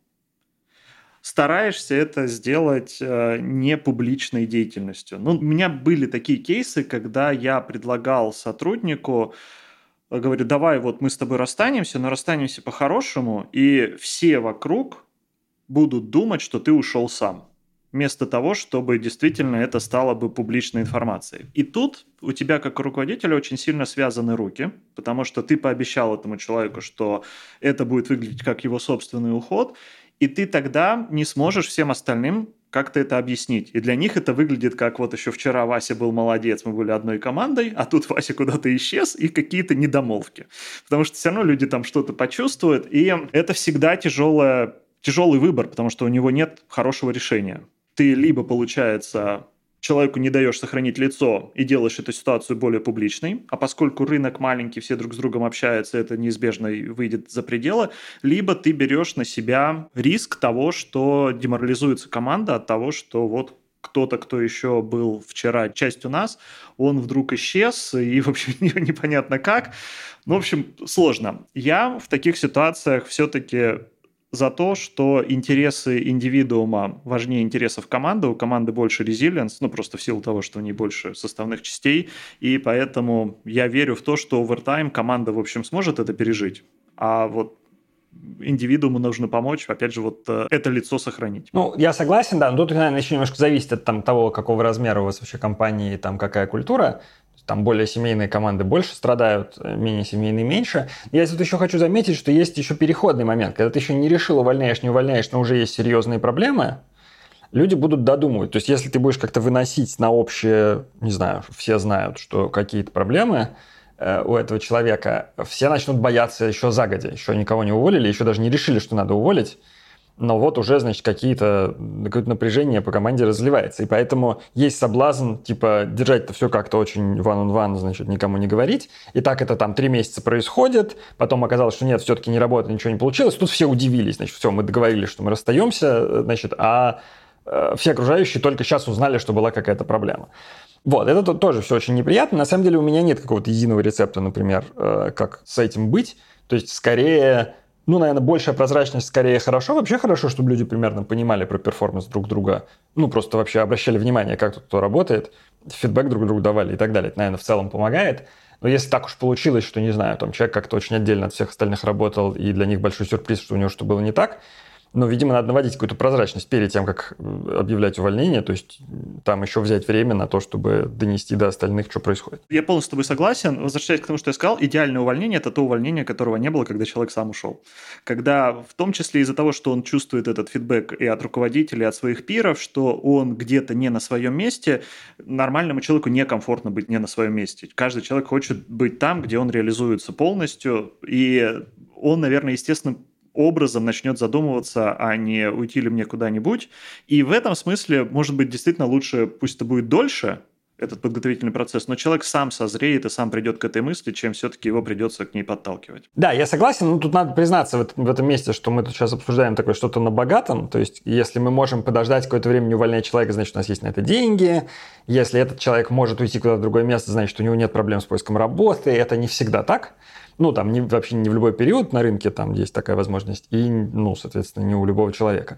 A: стараешься это сделать э, не публичной деятельностью. Ну, у меня были такие кейсы, когда я предлагал сотруднику, э, говорю, давай вот мы с тобой расстанемся, но расстанемся по-хорошему, и все вокруг будут думать, что ты ушел сам, вместо того, чтобы действительно это стало бы публичной информацией. И тут у тебя, как у руководителя, очень сильно связаны руки, потому что ты пообещал этому человеку, что это будет выглядеть как его собственный уход, и ты тогда не сможешь всем остальным как-то это объяснить. И для них это выглядит как вот еще вчера Вася был молодец, мы были одной командой, а тут Вася куда-то исчез, и какие-то недомолвки. Потому что все равно люди там что-то почувствуют, и это всегда тяжелое, тяжелый выбор, потому что у него нет хорошего решения. Ты либо, получается, человеку не даешь сохранить лицо и делаешь эту ситуацию более публичной, а поскольку рынок маленький, все друг с другом общаются, это неизбежно выйдет за пределы, либо ты берешь на себя риск того, что деморализуется команда от того, что вот кто-то, кто еще был вчера частью нас, он вдруг исчез, и, в общем, непонятно как. Ну, в общем, сложно. Я в таких ситуациях все-таки за то, что интересы индивидуума важнее интересов команды, у команды больше резилиенс, ну просто в силу того, что у нее больше составных частей, и поэтому я верю в то, что овертайм команда, в общем, сможет это пережить, а вот индивидууму нужно помочь, опять же, вот это лицо сохранить.
B: Ну, я согласен, да, но тут, наверное, еще немножко зависит от там, того, какого размера у вас вообще компании, там какая культура. Там более семейные команды больше страдают, менее семейные меньше. Я тут еще хочу заметить, что есть еще переходный момент. Когда ты еще не решил, увольняешь, не увольняешь, но уже есть серьезные проблемы, люди будут додумывать. То есть если ты будешь как-то выносить на общее, не знаю, все знают, что какие-то проблемы э, у этого человека, все начнут бояться еще загодя. Еще никого не уволили, еще даже не решили, что надо уволить. Но вот уже, значит, какие-то, какое-то напряжение по команде разливается. И поэтому есть соблазн, типа, держать это все как-то очень one-on-one, значит, никому не говорить. И так это там три месяца происходит. Потом оказалось, что нет, все-таки не работает, ничего не получилось. Тут все удивились. Значит, все, мы договорились, что мы расстаемся, значит, а э, все окружающие только сейчас узнали, что была какая-то проблема. Вот, это тоже все очень неприятно. На самом деле у меня нет какого-то единого рецепта, например, э, как с этим быть. То есть, скорее... Ну, наверное, большая прозрачность скорее хорошо. Вообще хорошо, чтобы люди примерно понимали про перформанс друг друга. Ну, просто вообще обращали внимание, как тут кто работает, фидбэк друг другу давали и так далее. Это, наверное, в целом помогает. Но если так уж получилось, что, не знаю, там человек как-то очень отдельно от всех остальных работал, и для них большой сюрприз, что у него что было не так, но, видимо, надо наводить какую-то прозрачность перед тем, как объявлять увольнение, то есть там еще взять время на то, чтобы донести до остальных, что происходит.
A: Я полностью с тобой согласен. Возвращаясь к тому, что я сказал, идеальное увольнение – это то увольнение, которого не было, когда человек сам ушел. Когда, в том числе из-за того, что он чувствует этот фидбэк и от руководителей, и от своих пиров, что он где-то не на своем месте, нормальному человеку некомфортно быть не на своем месте. Каждый человек хочет быть там, где он реализуется полностью, и он, наверное, естественно, образом начнет задумываться, а не уйти ли мне куда-нибудь. И в этом смысле, может быть, действительно лучше, пусть это будет дольше, этот подготовительный процесс, но человек сам созреет и сам придет к этой мысли, чем все-таки его придется к ней подталкивать.
B: Да, я согласен, но тут надо признаться в этом, в этом месте, что мы тут сейчас обсуждаем такое что-то на богатом, то есть если мы можем подождать какое-то время, не увольнять человека, значит, у нас есть на это деньги, если этот человек может уйти куда-то в другое место, значит, у него нет проблем с поиском работы, это не всегда так. Ну, там не, вообще не в любой период на рынке там есть такая возможность, и, ну, соответственно, не у любого человека.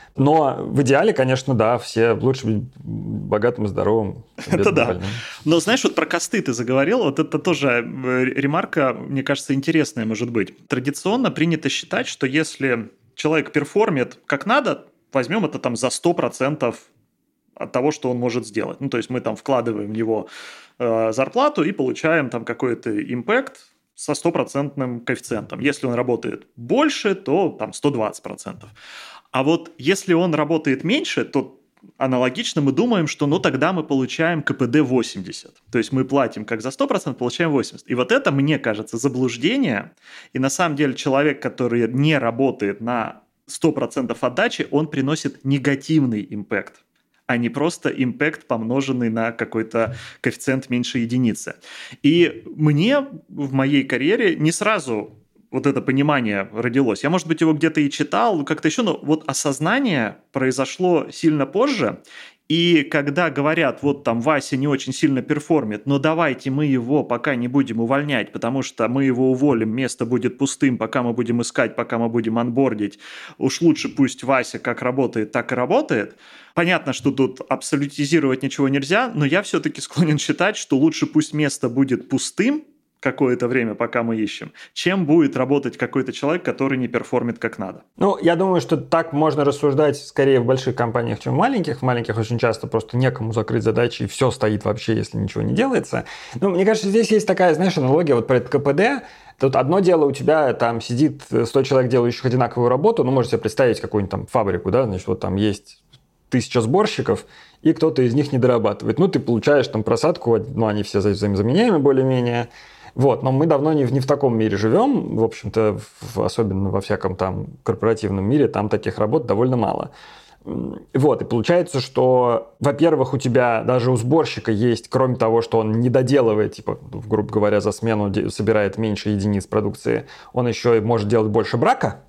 B: Но в идеале, конечно, да, все лучше быть богатым и здоровым.
A: Это да. Но знаешь, вот про косты ты заговорил, вот это тоже ремарка, мне кажется, интересная может быть. Традиционно принято считать, что если человек перформит как надо, возьмем это там за сто процентов от того, что он может сделать. Ну, то есть мы там вкладываем в него э, зарплату и получаем там какой-то импакт со стопроцентным коэффициентом. Если он работает больше, то там сто двадцать процентов. А вот если он работает меньше, то аналогично мы думаем, что ну тогда мы получаем ка пэ дэ восемьдесят. То есть мы платим как за сто процентов, получаем восемьдесят. И вот это, мне кажется, заблуждение. И на самом деле человек, который не работает на сто процентов отдачи, он приносит негативный импакт, а не просто импакт, помноженный на какой-то коэффициент меньше единицы. И мне в моей карьере не сразу вот это понимание родилось. Я, может быть, его где-то и читал, как-то еще, но вот осознание произошло сильно позже. И когда говорят, вот там Вася не очень сильно перформит, но давайте мы его пока не будем увольнять, потому что мы его уволим, место будет пустым, пока мы будем искать, пока мы будем онбордить. Уж лучше пусть Вася как работает, так и работает. Понятно, что тут абсолютизировать ничего нельзя, но я все-таки склонен считать, что лучше пусть место будет пустым какое-то время, пока мы ищем, чем будет работать какой-то человек, который не перформит как надо.
B: Ну, я думаю, что так можно рассуждать скорее в больших компаниях, чем в маленьких. В маленьких очень часто просто некому закрыть задачи, и все стоит вообще, если ничего не делается. Ну, мне кажется, здесь есть такая, знаешь, аналогия вот про это ка пэ дэ. Тут одно дело, у тебя там сидит сто человек, делающих одинаковую работу, ну, можете себе представить какую-нибудь там фабрику, да, значит, вот там есть тысяча сборщиков, и кто-то из них не дорабатывает. Ну, ты получаешь там просадку, ну, они все взаимозаменяемы более-менее. Вот, но мы давно не в, не в таком мире живем, в общем-то, в, особенно во всяком там корпоративном мире, там таких работ довольно мало. Вот, и получается, что, во-первых, у тебя даже у сборщика есть, кроме того, что он не доделывает, типа, грубо говоря, за смену собирает меньше единиц продукции, он еще и может делать больше брака,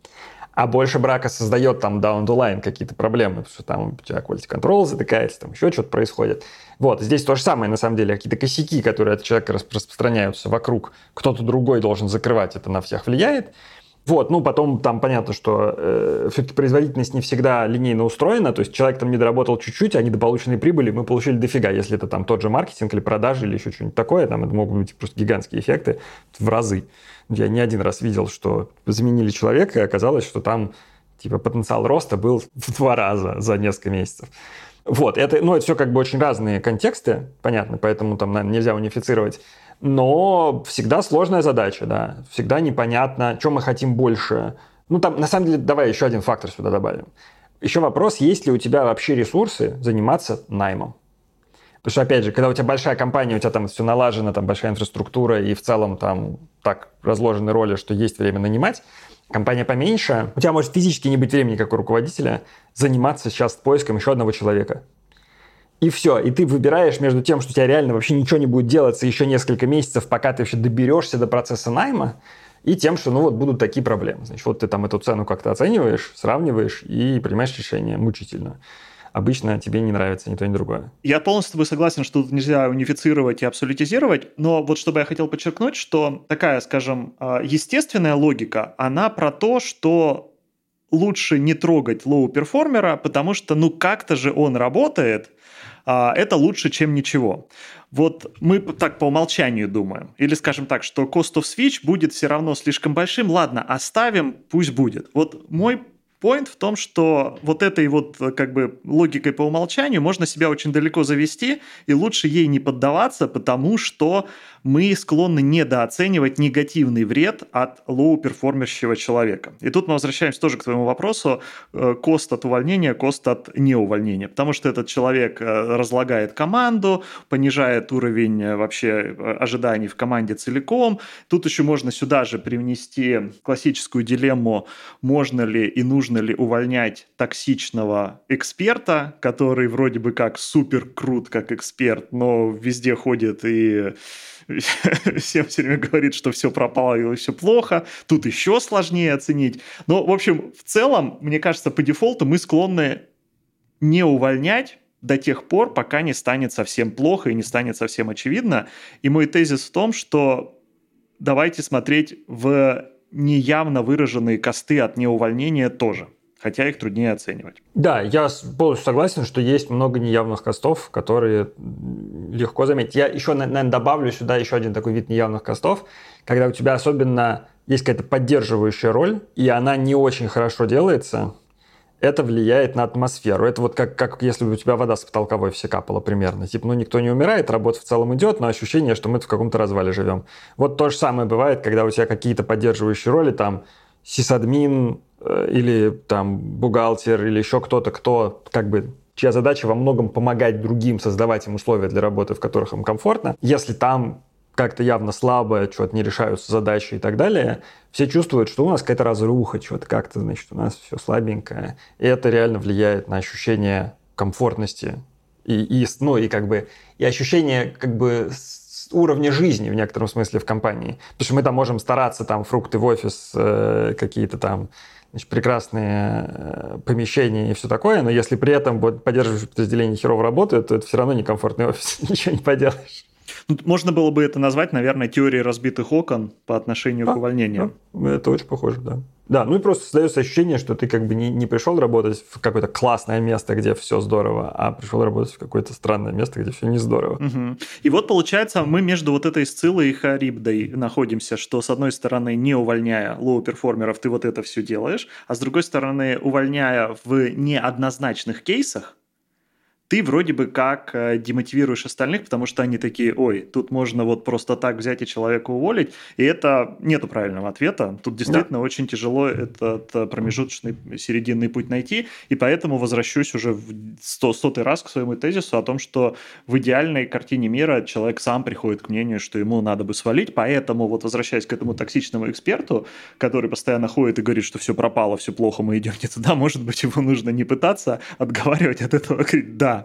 B: а больше брака создает там down the line какие-то проблемы, потому что там у тебя quality control затыкается, там еще что-то происходит. Вот, здесь то же самое, на самом деле, какие-то косяки, которые от человека распространяются вокруг, кто-то другой должен закрывать, это на всех влияет. Вот, ну, потом там понятно, что э, все-таки производительность не всегда линейно устроена, то есть человек там не доработал чуть-чуть, а недополученные прибыли мы получили дофига, если это там тот же маркетинг или продажи или еще что-нибудь такое, там это могут быть просто гигантские эффекты в разы. Я не один раз видел, что заменили человека, и оказалось, что там типа потенциал роста был в два раза за несколько месяцев. Вот, это, ну, это все как бы очень разные контексты, понятно, поэтому там, наверное, нельзя унифицировать. Но всегда сложная задача, да, всегда непонятно, что мы хотим больше. Ну, там, на самом деле, давай еще один фактор сюда добавим. Еще вопрос, есть ли у тебя вообще ресурсы заниматься наймом. Потому что, опять же, когда у тебя большая компания, у тебя там все налажено, там большая инфраструктура, и в целом там так разложены роли, что есть время нанимать, компания поменьше, у тебя может физически не быть времени, как у руководителя, заниматься сейчас поиском еще одного человека. И все, и ты выбираешь между тем, что у тебя реально вообще ничего не будет делаться еще несколько месяцев, пока ты вообще доберешься до процесса найма, и тем, что ну вот будут такие проблемы. Значит, вот ты там эту цену как-то оцениваешь, сравниваешь и принимаешь решение мучительно. Обычно тебе не нравится ни то, ни другое.
A: Я полностью с тобой согласен, что тут нельзя унифицировать и абсолютизировать, но вот что бы я хотел подчеркнуть, что такая, скажем, естественная логика, она про то, что лучше не трогать лоу-перформера, потому что ну как-то же он работает, это лучше, чем ничего. Вот мы так по умолчанию думаем. Или скажем так, что cost of switch будет все равно слишком большим. Ладно, оставим, пусть будет. Вот мой point в том, что вот этой вот как бы логикой по умолчанию можно себя очень далеко завести, и лучше ей не поддаваться, потому что мы склонны недооценивать негативный вред от лоу-перформерщего человека. И тут мы возвращаемся тоже к твоему вопросу, кост от увольнения, кост от неувольнения, потому что этот человек разлагает команду, понижает уровень вообще ожиданий в команде целиком. Тут еще можно сюда же привнести классическую дилемму, можно ли и нужно ли увольнять токсичного эксперта, который вроде бы как супер крут как эксперт, но везде ходит и всем все время говорит, что все пропало и все плохо. Тут еще сложнее оценить. Но, в общем, в целом, мне кажется, по дефолту мы склонны не увольнять до тех пор, пока не станет совсем плохо и не станет совсем очевидно. И мой тезис в том, что давайте смотреть в неявно выраженные косты от неувольнения тоже, хотя их труднее оценивать.
B: Да, я полностью согласен, что есть много неявных костов, которые легко заметить. Я еще, наверное, добавлю сюда еще один такой вид неявных костов, когда у тебя особенно есть какая-то поддерживающая роль, и она не очень хорошо делается. это влияет на атмосферу. Это вот как, как если бы у тебя вода с потолка в офисе капала примерно. Типа, ну, никто не умирает, работа в целом идет, но ощущение, что мы в каком-то развале живем. Вот то же самое бывает, когда у тебя какие-то поддерживающие роли, там, сисадмин э, или там бухгалтер или еще кто-то, кто как бы чья задача во многом помогать другим, создавать им условия для работы, в которых им комфортно. Если там как-то явно слабо, что-то не решаются задачи и так далее, все чувствуют, что у нас какая-то разруха, что-то как-то, значит, у нас все слабенькое. И это реально влияет на ощущение комфортности и, и, ну, и как бы и ощущение как бы уровня жизни в некотором смысле в компании. Потому что мы там можем стараться, там, фрукты в офис, э, какие-то там, значит, прекрасные э, помещения и все такое, но если при этом поддерживающие подразделения херово работают, то это все равно некомфортный офис, ничего не поделаешь.
A: Можно было бы это назвать, наверное, теорией разбитых окон по отношению
B: да,
A: к увольнениям.
B: Да, это очень похоже, да. Да, ну и просто создается ощущение, что ты как бы не, не пришел работать в какое-то классное место, где все здорово, а пришел работать в какое-то странное место, где все не здорово.
A: Угу. И вот, получается, мы между вот этой Сциллой и Харибдой находимся, что, с одной стороны, не увольняя лоу-перформеров, ты вот это все делаешь, а с другой стороны, увольняя в неоднозначных кейсах, ты вроде бы как э, демотивируешь остальных, потому что они такие, ой, тут можно вот просто так взять и человека уволить, и это нету правильного ответа. Тут действительно да. очень тяжело этот промежуточный серединный путь найти, и поэтому возвращусь уже в сто, сотый раз к своему тезису о том, что в идеальной картине мира человек сам приходит к мнению, что ему надо бы свалить, поэтому вот возвращаясь к этому токсичному эксперту, который постоянно ходит и говорит, что все пропало, все плохо, мы идем не туда, может быть, его нужно не пытаться отговаривать от этого, говорить, да,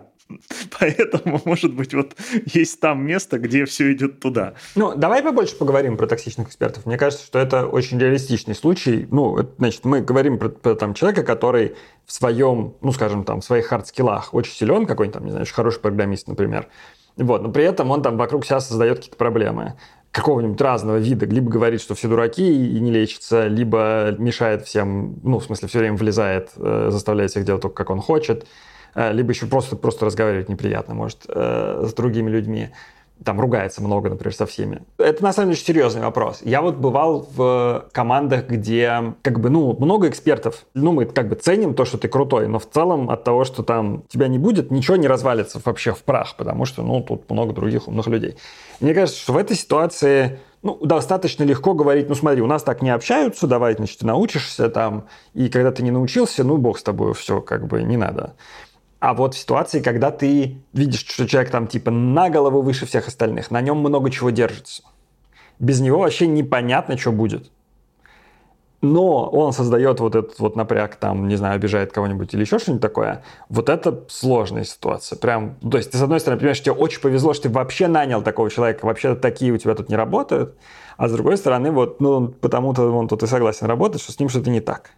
A: поэтому, может быть, вот есть там место, где все идет туда.
B: Ну, давай побольше поговорим про токсичных экспертов. Мне кажется, что это очень реалистичный случай. Ну, это, значит, мы говорим про, про там, человека, который в своем, ну, скажем, там, в своих хардскиллах очень силен, какой-нибудь там, не знаю, очень хороший программист, например. Вот, но при этом он там вокруг себя создает какие-то проблемы какого-нибудь разного вида. Либо говорит, что все дураки и не лечится, либо мешает всем, ну, в смысле, все время влезает, заставляет всех делать только, как он хочет. Либо еще просто, просто разговаривать неприятно, может, э, с другими людьми. Там ругается много, например, со всеми. Это, на самом деле, серьезный вопрос. Я вот бывал в командах, где, как бы, ну, много экспертов. Ну, мы как бы ценим то, что ты крутой, но в целом от того, что там тебя не будет, ничего не развалится вообще в прах, потому что, ну, тут много других умных людей. Мне кажется, что в этой ситуации... Ну, достаточно легко говорить, ну, смотри, у нас так не общаются, давай, значит, ты научишься там, и когда ты не научился, ну, бог с тобой, все, как бы, не надо. А вот в ситуации, когда ты видишь, что человек там типа на голову выше всех остальных, на нем много чего держится. Без него вообще непонятно, что будет. Но он создает вот этот вот напряг, там, не знаю, обижает кого-нибудь или еще что-нибудь такое. Вот это сложная ситуация. Прям, то есть ты, с одной стороны, понимаешь, что тебе очень повезло, что ты вообще нанял такого человека, вообще такие у тебя тут не работают. А с другой стороны, вот, ну, потому-то он тут и согласен работать, что с ним что-то не так.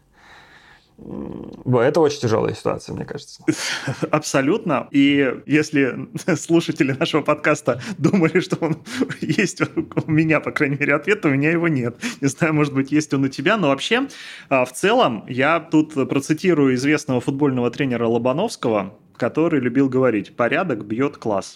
B: Это очень тяжелая ситуация, мне кажется.
A: Абсолютно. И если слушатели нашего подкаста думали, что он есть у меня, по крайней мере, ответ, то у меня его нет. Не знаю, может быть, есть он у тебя, но вообще, в целом, я тут процитирую известного футбольного тренера Лобановского, который любил говорить: «Порядок бьет класс».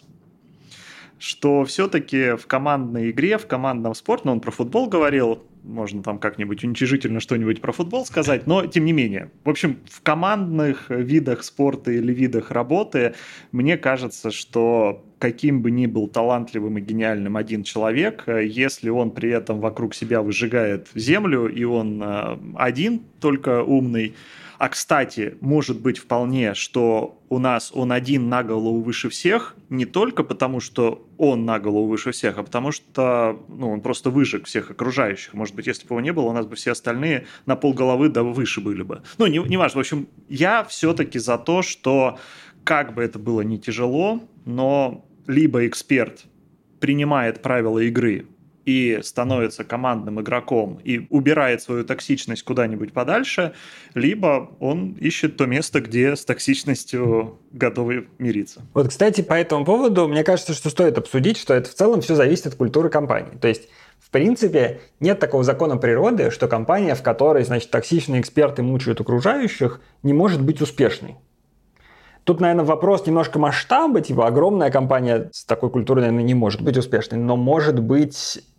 A: Что все-таки в командной игре, в командном спорте, ну, он про футбол говорил, можно там как-нибудь уничижительно что-нибудь про футбол сказать, но тем не менее. В общем, в командных видах спорта или видах работы, мне кажется, что каким бы ни был талантливым и гениальным один человек, если он при этом вокруг себя выжигает землю, и он один только умный. А, кстати, может быть вполне, что у нас он один на голову выше всех, не только потому, что он на голову выше всех, а потому что, ну, он просто выжег всех окружающих. Может быть, если бы его не было, у нас бы все остальные на полголовы да выше были бы. Ну, не, не важно. В общем, я все-таки за то, что как бы это было не тяжело, но либо эксперт принимает правила игры и становится командным игроком и убирает свою токсичность куда-нибудь подальше, либо он ищет то место, где с токсичностью готовы мириться.
B: Вот, кстати, по этому поводу, мне кажется, что стоит обсудить, что это в целом все зависит от культуры компании. То есть, в принципе, нет такого закона природы, что компания, в которой, значит, токсичные эксперты мучают окружающих, не может быть успешной. Тут, наверное, вопрос немножко масштаба, типа огромная компания с такой культурой, наверное, не может быть успешной, но может быть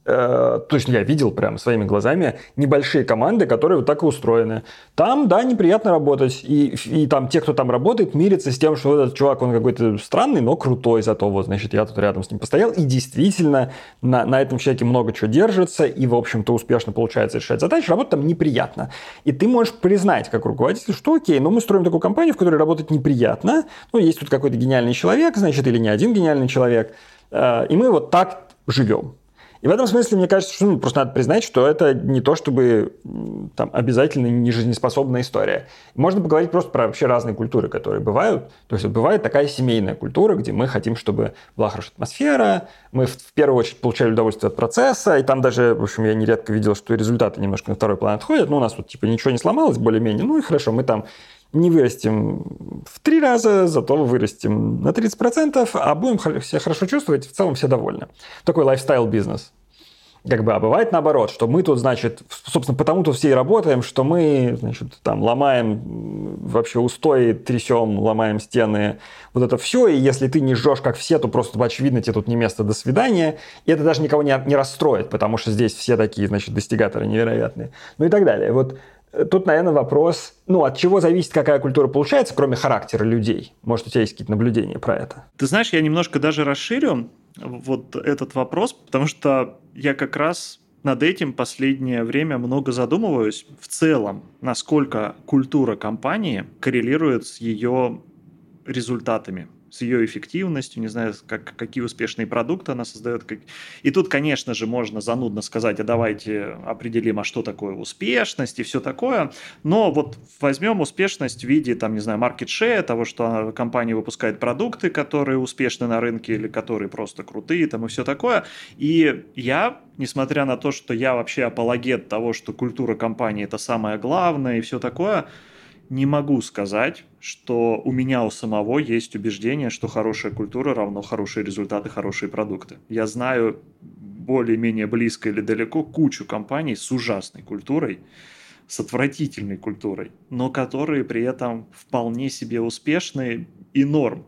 B: э, то есть я видел прямо своими глазами небольшие команды, которые вот так и устроены. Там, да, неприятно работать. И, и там те, кто там работает, мирятся с тем, что этот чувак, он какой-то странный, но крутой. Зато вот, значит, я тут рядом с ним постоял. И действительно, на, на этом человеке много чего держится. И, в общем-то, успешно получается решать задачи. Работать там неприятно. И ты можешь признать, как руководитель, что окей, ну мы строим такую компанию, в которой работать неприятно. Ну, есть тут какой-то гениальный человек, значит, или не один гениальный человек. И мы вот так живем. И в этом смысле, мне кажется, что ну, просто надо признать, что это не то, чтобы там, обязательно нежизнеспособная история. Можно поговорить просто про вообще разные культуры, которые бывают. То есть вот бывает такая семейная культура, где мы хотим, чтобы была хорошая атмосфера, мы в, в первую очередь получали удовольствие от процесса, и там даже, в общем, я нередко видел, что результаты немножко на второй план отходят, ну, у нас тут типа ничего не сломалось более-менее, ну и хорошо, мы там не вырастем в три раза, зато вырастем на тридцать процентов, а будем себя хорошо чувствовать, в целом все довольны. Такой лайфстайл-бизнес. Как бы, а бывает наоборот, что мы тут, значит, собственно, потому-то все и работаем, что мы, значит, там, ломаем вообще устои, трясем, ломаем стены, вот это все, и если ты не жжешь, как все, то просто очевидно, тебе тут не место, до свидания, и это даже никого не, не расстроит, потому что здесь все такие, значит, достигаторы невероятные, ну и так далее. Вот тут, наверное, вопрос, ну, от чего зависит, какая культура получается, кроме характера людей? Может, у тебя есть какие-то наблюдения про это?
A: Ты знаешь, я немножко даже расширю вот этот вопрос, потому что я как раз над этим последнее время много задумываюсь. В целом, насколько культура компании коррелирует с ее результатами, с ее эффективностью, не знаю, как, какие успешные продукты она создает. Как... И тут, конечно же, можно занудно сказать, а давайте определим, а что такое успешность и все такое. Но вот возьмем успешность в виде, там, не знаю, market share, того, что компания выпускает продукты, которые успешны на рынке или которые просто крутые, там, и все такое. И я, несмотря на то, что я вообще апологет того, что культура компании – это самое главное и все такое, не могу сказать, что у меня у самого есть убеждение, что хорошая культура равно хорошие результаты, хорошие продукты. Я знаю более-менее близко или далеко кучу компаний с ужасной культурой, с отвратительной культурой, но которые при этом вполне себе успешны и норм.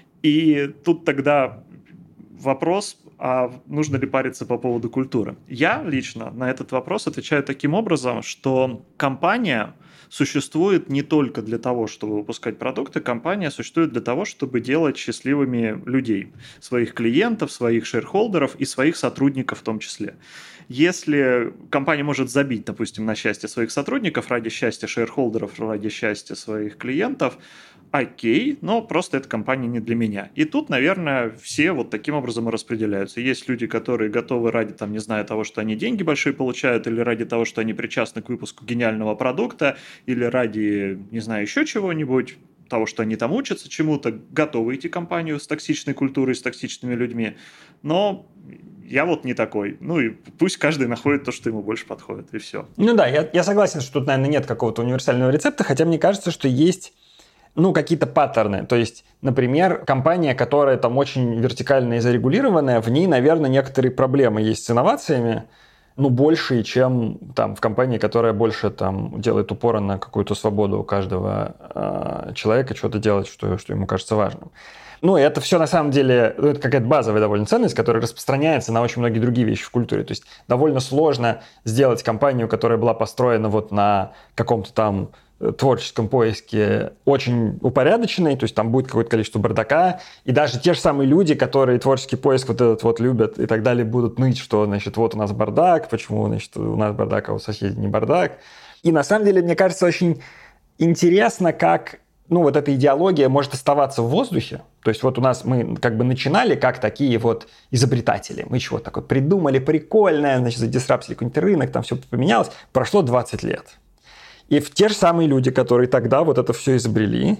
A: И тут тогда вопрос, а нужно ли париться по поводу культуры? Я лично на этот вопрос отвечаю таким образом, что компания существует не только для того, чтобы выпускать продукты, компания существует для того, чтобы делать счастливыми людей, своих клиентов, своих шерхолдеров и своих сотрудников в том числе. Если компания может забить, допустим, на счастье своих сотрудников ради счастья шерхолдеров, ради счастья своих клиентов, окей, но просто эта компания не для меня. И тут, наверное, все вот таким образом и распределяются. Есть люди, которые готовы ради, там, не знаю, того, что они деньги большие получают, или ради того, что они причастны к выпуску гениального продукта, или ради, не знаю, еще чего-нибудь, того, что они там учатся чему-то, готовы идти в компанию с токсичной культурой, с токсичными людьми. Но я вот не такой. Ну и пусть каждый находит то, что ему больше подходит, и все.
B: Ну да, я, я согласен, что тут, наверное, нет какого-то универсального рецепта, хотя мне кажется, что есть ну, какие-то паттерны. То есть, например, компания, которая там очень вертикальная и зарегулированная, в ней, наверное, некоторые проблемы есть с инновациями, ну, большие, чем там в компании, которая больше там делает упор на какую-то свободу у каждого э, человека что-то делать, что, что ему кажется важным. Ну, и это все на самом деле, ну, это какая-то базовая довольно ценность, которая распространяется на очень многие другие вещи в культуре. То есть довольно сложно сделать компанию, которая была построена вот на каком-то там творческом поиске очень упорядоченной, то есть там будет какое-то количество бардака, и даже те же самые люди, которые творческий поиск вот этот вот любят и так далее, будут ныть, что, значит, вот у нас бардак, почему, значит, у нас бардак, а у соседей не бардак. И на самом деле, мне кажется, очень интересно, как, ну, вот эта идеология может оставаться в воздухе. То есть вот у нас мы как бы начинали как такие вот изобретатели. Мы чего-то такое придумали прикольное, значит, задисраптили какой-нибудь рынок, там все поменялось. Прошло двадцать лет. И те же самые люди, которые тогда вот это все изобрели,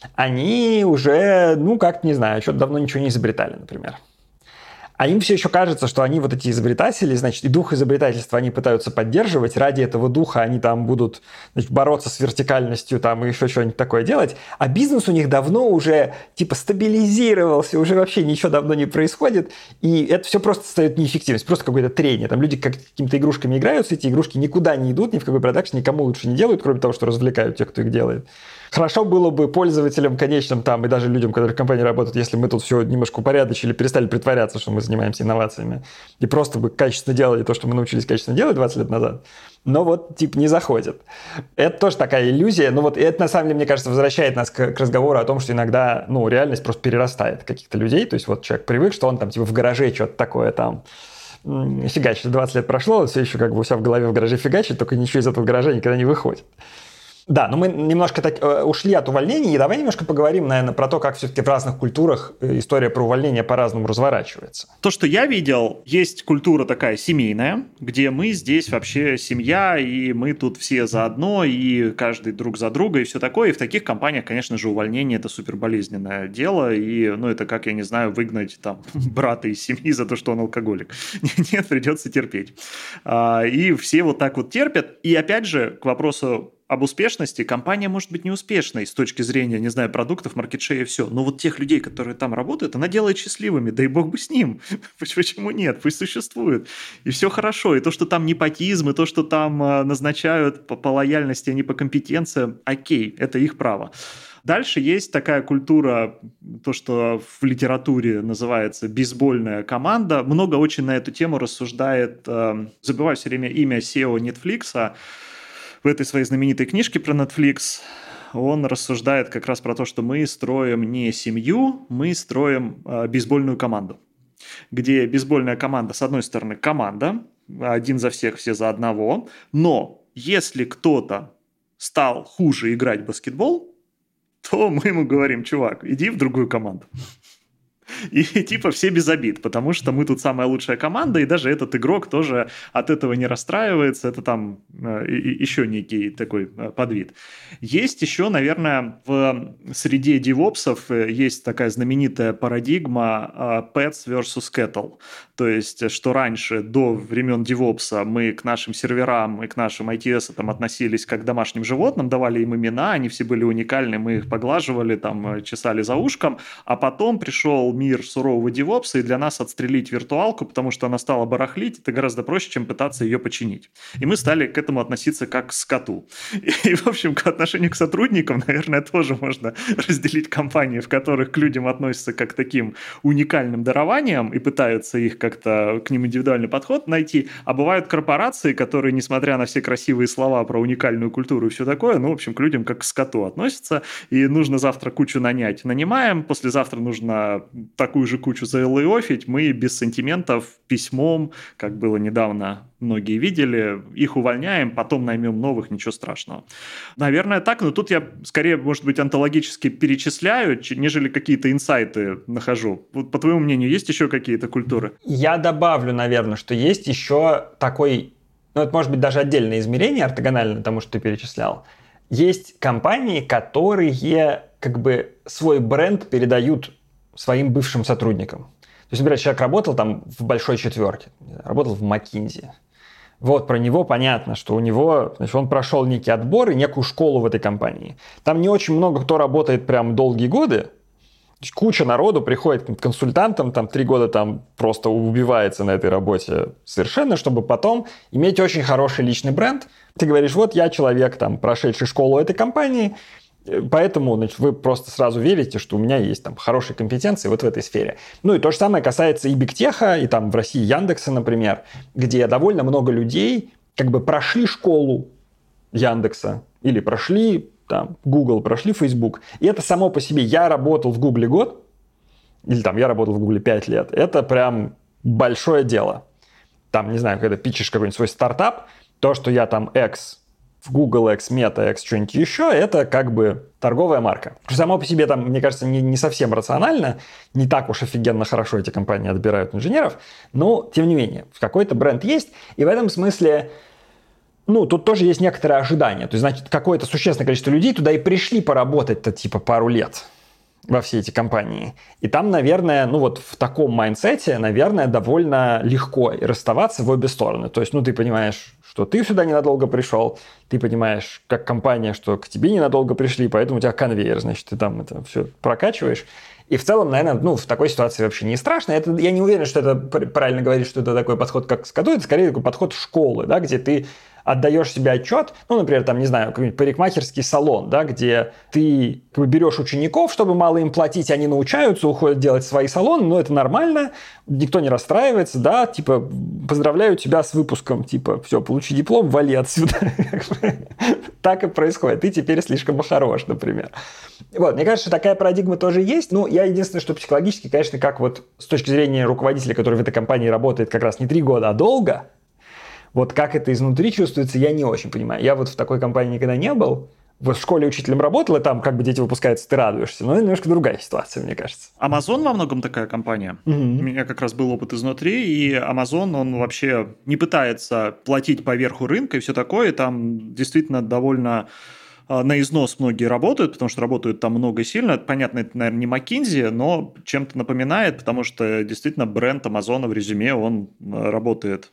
B: они уже, ну, как, не знаю, что-то давно ничего не изобретали, например. А им все еще кажется, что они вот эти изобретатели, значит, и дух изобретательства они пытаются поддерживать. Ради этого духа они там будут, значит, бороться с вертикальностью там, и еще что-нибудь такое делать. А бизнес у них давно уже типа стабилизировался, уже вообще ничего давно не происходит. И это все просто создает неэффективность, просто какое-то трение. Там люди как какими-то игрушками играются, эти игрушки никуда не идут, ни в какой продакшн, никому лучше не делают, кроме того, что развлекают тех, кто их делает. Хорошо было бы пользователям конечным там и даже людям, которые в компании работают, если мы тут все немножко упорядочили, перестали притворяться, что мы занимаемся инновациями, и просто бы качественно делали то, что мы научились качественно делать двадцать лет назад, но вот, типа, не заходит. Это тоже такая иллюзия. Ну вот, и это, на самом деле, мне кажется, возвращает нас к, к разговору о том, что иногда, ну, реальность просто перерастает каких-то людей. То есть вот человек привык, что он там, типа, в гараже что-то такое там фигачит. двадцать лет прошло, он все еще как бы у себя в голове в гараже фигачит, только ничего из этого гаража никогда не выходит. Да, но мы немножко так, э, ушли от увольнений, и давай немножко поговорим, наверное, про то, как все-таки в разных культурах история про увольнение по-разному разворачивается.
A: То, что я видел, есть культура такая семейная, где мы здесь вообще семья, и мы тут все заодно, и каждый друг за друга, и все такое. И в таких компаниях, конечно же, увольнение – это суперболезненное дело, и, ну, это как, я не знаю, выгнать там брата из семьи за то, что он алкоголик. Нет, придется терпеть. И все вот так вот терпят. И опять же, к вопросу об успешности, компания может быть неуспешной с точки зрения, не знаю, продуктов, маркетшея и все. Но вот тех людей, которые там работают, она делает счастливыми. Да и бог бы с ним. Почему нет? Пусть существует. И все хорошо. И то, что там непотизм, и то, что там назначают по, по лояльности, а не по компетенциям, окей, это их право. Дальше есть такая культура, то, что в литературе называется бейсбольная команда. Много очень на эту тему рассуждает, забываю все время имя си и о Netflix, в этой своей знаменитой книжке про Netflix он рассуждает как раз про то, что мы строим не семью, мы строим э, бейсбольную команду, где бейсбольная команда, с одной стороны, команда, один за всех, все за одного, но если кто-то стал хуже играть в баскетбол, то мы ему говорим: чувак, иди в другую команду. И типа все без обид, потому что мы тут самая лучшая команда, и даже этот игрок тоже от этого не расстраивается. Это там э, еще некий такой э, подвид. Есть еще, наверное, в среде девопсов есть такая знаменитая парадигма э, pets versus cattle. То есть, что раньше, до времен девопса, мы к нашим серверам и к нашим ай ти эс там относились как к домашним животным, давали им имена, они все были уникальны, мы их поглаживали, там, чесали за ушком, а потом пришел мир сурового девопса, и для нас отстрелить виртуалку, потому что она стала барахлить, это гораздо проще, чем пытаться ее починить. И мы стали к этому относиться как к скоту. И, в общем, к отношению к сотрудникам, наверное, тоже можно разделить компании, в которых к людям относятся как к таким уникальным дарованиям и пытаются их как-то к ним индивидуальный подход найти, а бывают корпорации, которые, несмотря на все красивые слова про уникальную культуру и все такое, ну, в общем, к людям как к скоту относятся, и нужно завтра кучу нанять, нанимаем, послезавтра нужно такую же кучу заэлэофить, мы без сантиментов, письмом, как было недавно, многие видели, их увольняем, потом наймем новых, ничего страшного. Наверное, так, но тут я скорее, может быть, онтологически перечисляю, нежели какие-то инсайты нахожу. Вот, по твоему мнению, есть еще какие-то культуры?
B: Я добавлю, наверное, что есть еще такой, ну, это может быть даже отдельное измерение ортогонально тому, что ты перечислял. Есть компании, которые как бы свой бренд передают своим бывшим сотрудникам. То есть, например, человек работал там в большой четверке, работал в McKinsey. Вот, про него понятно, что у него, значит, он прошел некий отбор и некую школу в этой компании. Там не очень много кто работает прям долгие годы. Куча народу приходит к консультантам, там три года там просто убивается на этой работе совершенно, чтобы потом иметь очень хороший личный бренд. Ты говоришь: вот я человек, там, прошедший школу этой компании, поэтому, значит, вы просто сразу верите, что у меня есть там хорошие компетенции вот в этой сфере. Ну и то же самое касается и Бигтеха, и там в России Яндекса, например, где довольно много людей как бы прошли школу Яндекса или прошли там Google, прошли Facebook. И это само по себе. Я работал в Google год, или там я работал в Google пять лет. Это прям большое дело. Там, не знаю, когда пичешь какой-нибудь свой стартап, то, что я там X в Google, X Meta, X что-нибудь еще, это как бы торговая марка. Само по себе там, мне кажется, не, не совсем рационально, не так уж офигенно хорошо эти компании отбирают инженеров, но, тем не менее, какой-то бренд есть, и в этом смысле, ну, тут тоже есть некоторое ожидание. То есть, значит, какое-то существенное количество людей туда и пришли поработать-то типа пару лет во все эти компании. И там, наверное, ну вот в таком майндсете, наверное, довольно легко расставаться в обе стороны. То есть, ну, ты понимаешь, что ты сюда ненадолго пришел, ты понимаешь, как компания, что к тебе ненадолго пришли, поэтому у тебя конвейер, значит, ты там это все прокачиваешь. И в целом, наверное, ну, в такой ситуации вообще не страшно. Это, я не уверен, что это правильно говорить, что это такой подход, как к скоту, это скорее такой подход школы, да, где ты отдаешь себе отчет, ну, например, там, не знаю, какой-нибудь парикмахерский салон, да, где ты как бы берешь учеников, чтобы мало им платить, они научаются, уходят делать свои салоны, но это нормально, никто не расстраивается, да, типа, поздравляю тебя с выпуском, типа, все, получи диплом, вали отсюда. Так и происходит. Ты теперь слишком хорош, например. Вот, мне кажется, такая парадигма тоже есть. Ну, я единственное, что психологически, конечно, как вот с точки зрения руководителя, который в этой компании работает как раз не три года, а долго, вот как это изнутри чувствуется, я не очень понимаю. Я вот в такой компании никогда не был. Вот в школе учителем работал, и там как бы дети выпускаются, ты радуешься. Но это немножко другая ситуация, мне кажется.
A: Amazon во многом такая компания. Угу. У меня как раз был опыт изнутри, и Amazon, он вообще не пытается платить по верху рынка и все такое. Там действительно довольно на износ многие работают, потому что работают там много и сильно. Понятно, это, наверное, не McKinsey, но чем-то напоминает, потому что действительно бренд Amazon в резюме, он работает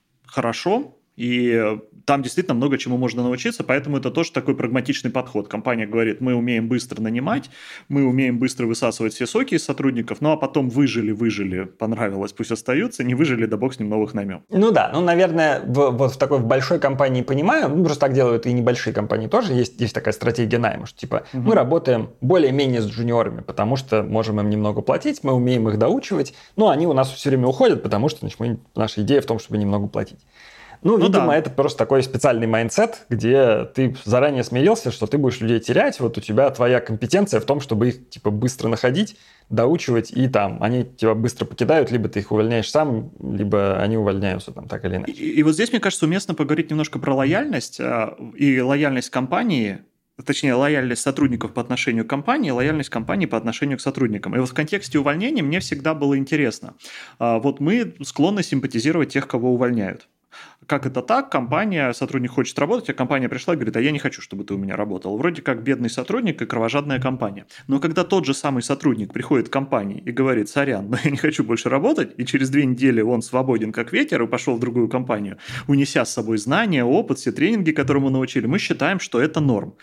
A: хорошо. И там действительно много чему можно научиться, поэтому это тоже такой прагматичный подход. Компания говорит, мы умеем быстро нанимать, мы умеем быстро высасывать все соки из сотрудников, ну а потом выжили, выжили, понравилось, пусть остаются, не выжили, да бог с ним новых наймем.
B: Ну да, ну, наверное, в, вот в такой в большой компании понимаю, ну просто так делают и небольшие компании тоже, есть, есть такая стратегия найма, что типа угу. мы работаем более-менее с джуниорами, потому что можем им немного платить, мы умеем их доучивать, но они у нас все время уходят, потому что значит, мы, наша идея в том, чтобы немного платить. Ну, ну, видимо, да. Это просто такой специальный майндсет, где ты заранее смирился, что ты будешь людей терять, вот у тебя твоя компетенция в том, чтобы их, типа, быстро находить, доучивать, и там они тебя быстро покидают, либо ты их увольняешь сам, либо они увольняются там так или иначе.
A: И, и вот здесь, мне кажется, уместно поговорить немножко про лояльность и лояльность компании, точнее, лояльность сотрудников по отношению к компании, лояльность компании по отношению к сотрудникам. И вот в контексте увольнения мне всегда было интересно. Вот мы склонны симпатизировать тех, кого увольняют. Как это так? Компания, сотрудник хочет работать, а компания пришла и говорит, а я не хочу, чтобы ты у меня работал. Вроде как бедный сотрудник и кровожадная компания. Но когда тот же самый сотрудник приходит к компании и говорит, сорян, но я не хочу больше работать, и через две недели он свободен как ветер и пошел в другую компанию, унеся с собой знания, опыт, все тренинги, которому научили, мы считаем, что это норм.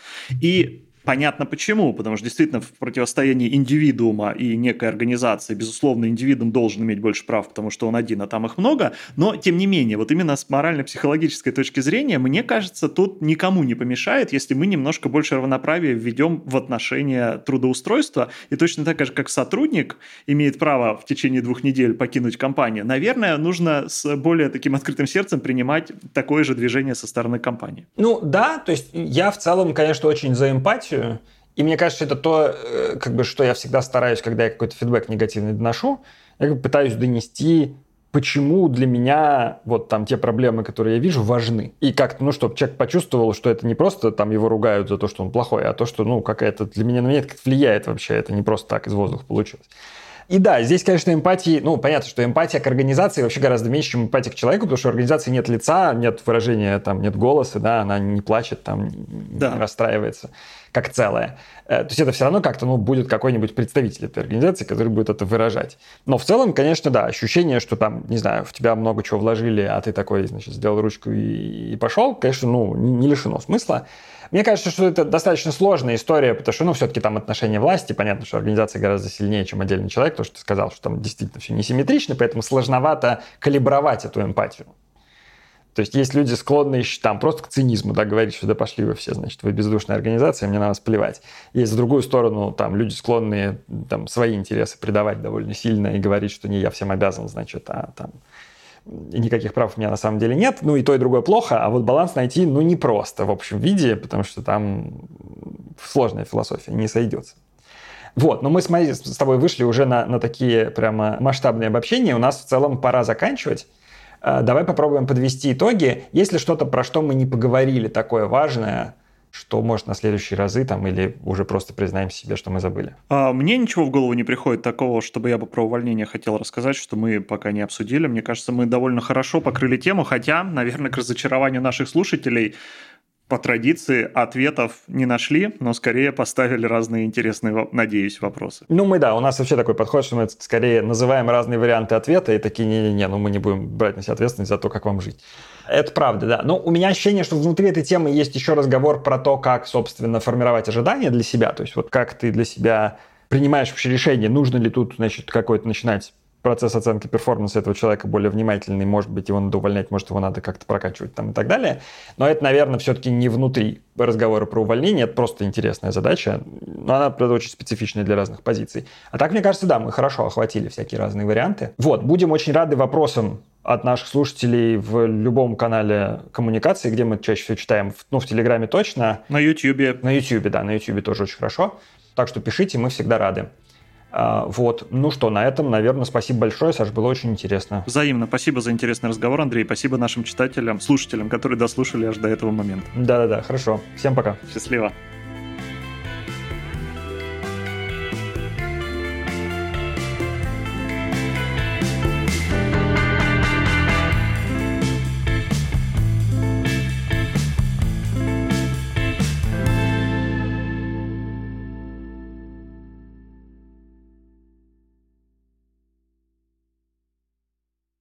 A: И понятно почему, потому что действительно в противостоянии индивидуума и некой организации, безусловно, индивидуум должен иметь больше прав, потому что он один, а там их много, но тем не менее, вот именно с морально-психологической точки зрения, мне кажется, тут никому не помешает, если мы немножко больше равноправия введем в отношения трудоустройства, и точно так же, как сотрудник имеет право в течение двух недель покинуть компанию, наверное, нужно с более таким открытым сердцем принимать такое же движение со стороны компании.
B: Ну да, то есть я в целом, конечно, очень за эмпатию. И мне кажется, это то, как бы, что я всегда стараюсь, когда я какой-то фидбэк негативный доношу, я как бы пытаюсь донести, почему для меня вот там те проблемы, которые я вижу, важны. И как-то, ну, чтобы человек почувствовал, что это не просто там его ругают за то, что он плохой, а то, что, ну, какая-то для меня, на меня это влияет вообще, это не просто так из воздуха получилось. И да, здесь, конечно, эмпатии, ну, понятно, что эмпатия к организации вообще гораздо меньше, чем эмпатия к человеку, потому что у организации нет лица, нет выражения, там, нет голоса, да, она не плачет, там, да. не расстраивается, как целое. То есть это все равно как-то, ну, будет какой-нибудь представитель этой организации, который будет это выражать. Но в целом, конечно, да, ощущение, что там, не знаю, в тебя много чего вложили, а ты такой, значит, сделал ручку и, и пошел, конечно, ну, не лишено смысла. Мне кажется, что это достаточно сложная история, потому что, ну, все-таки там отношения власти, понятно, что организация гораздо сильнее, чем отдельный человек, то, что ты сказал, что там действительно все несимметрично, поэтому сложновато калибровать эту эмпатию. То есть есть люди, склонные там просто к цинизму, да, говорить, что да пошли вы все, значит, вы бездушная организация, мне на вас плевать. Есть, с другую сторону, там люди, склонные там свои интересы предавать довольно сильно и говорить, что не я всем обязан, значит, а там... И никаких прав у меня на самом деле нет. Ну, и то, и другое плохо. А вот баланс найти, ну, непросто в общем виде, потому что там сложная философия, не сойдется. Вот, но мы с, моей, с тобой вышли уже на, на такие прямо масштабные обобщения. У нас в целом пора заканчивать. Давай попробуем подвести итоги. Есть ли что-то, про что мы не поговорили, такое важное, что, может, на следующие разы там или уже просто признаемся себе, что мы забыли?
A: А, мне ничего в голову не приходит такого, чтобы я бы про увольнение хотел рассказать, что мы пока не обсудили. Мне кажется, мы довольно хорошо покрыли тему, хотя, наверное, к разочарованию наших слушателей по традиции ответов не нашли, но скорее поставили разные интересные, надеюсь, вопросы.
B: Ну, мы, да, у нас вообще такой подход, что мы скорее называем разные варианты ответа и такие, не-не-не, ну мы не будем брать на себя ответственность за то, как вам жить. Это правда, да. Но у меня ощущение, что внутри этой темы есть еще разговор про то, как, собственно, формировать ожидания для себя. То есть вот как ты для себя принимаешь вообще решение, нужно ли тут, значит, какой-то начинать процесс оценки перформанса этого человека более внимательный, может быть, его надо увольнять, может, его надо как-то прокачивать там и так далее. Но это, наверное, все-таки не внутри разговора про увольнение, это просто интересная задача, но она, правда, очень специфичная для разных позиций. А так, мне кажется, да, мы хорошо охватили всякие разные варианты. Вот, будем очень рады вопросам от наших слушателей в любом канале коммуникации, где мы чаще всего читаем, ну, в Телеграме точно.
A: На Ютьюбе.
B: На Ютьюбе, да, на Ютьюбе тоже очень хорошо. Так что пишите, мы всегда рады. А, вот. Ну что, на этом, наверное, спасибо большое, Саш, было очень интересно.
A: Взаимно. Спасибо за интересный разговор, Андрей. Спасибо нашим читателям, слушателям, которые дослушали аж до этого момента.
B: Да-да-да, хорошо. Всем пока.
A: Счастливо.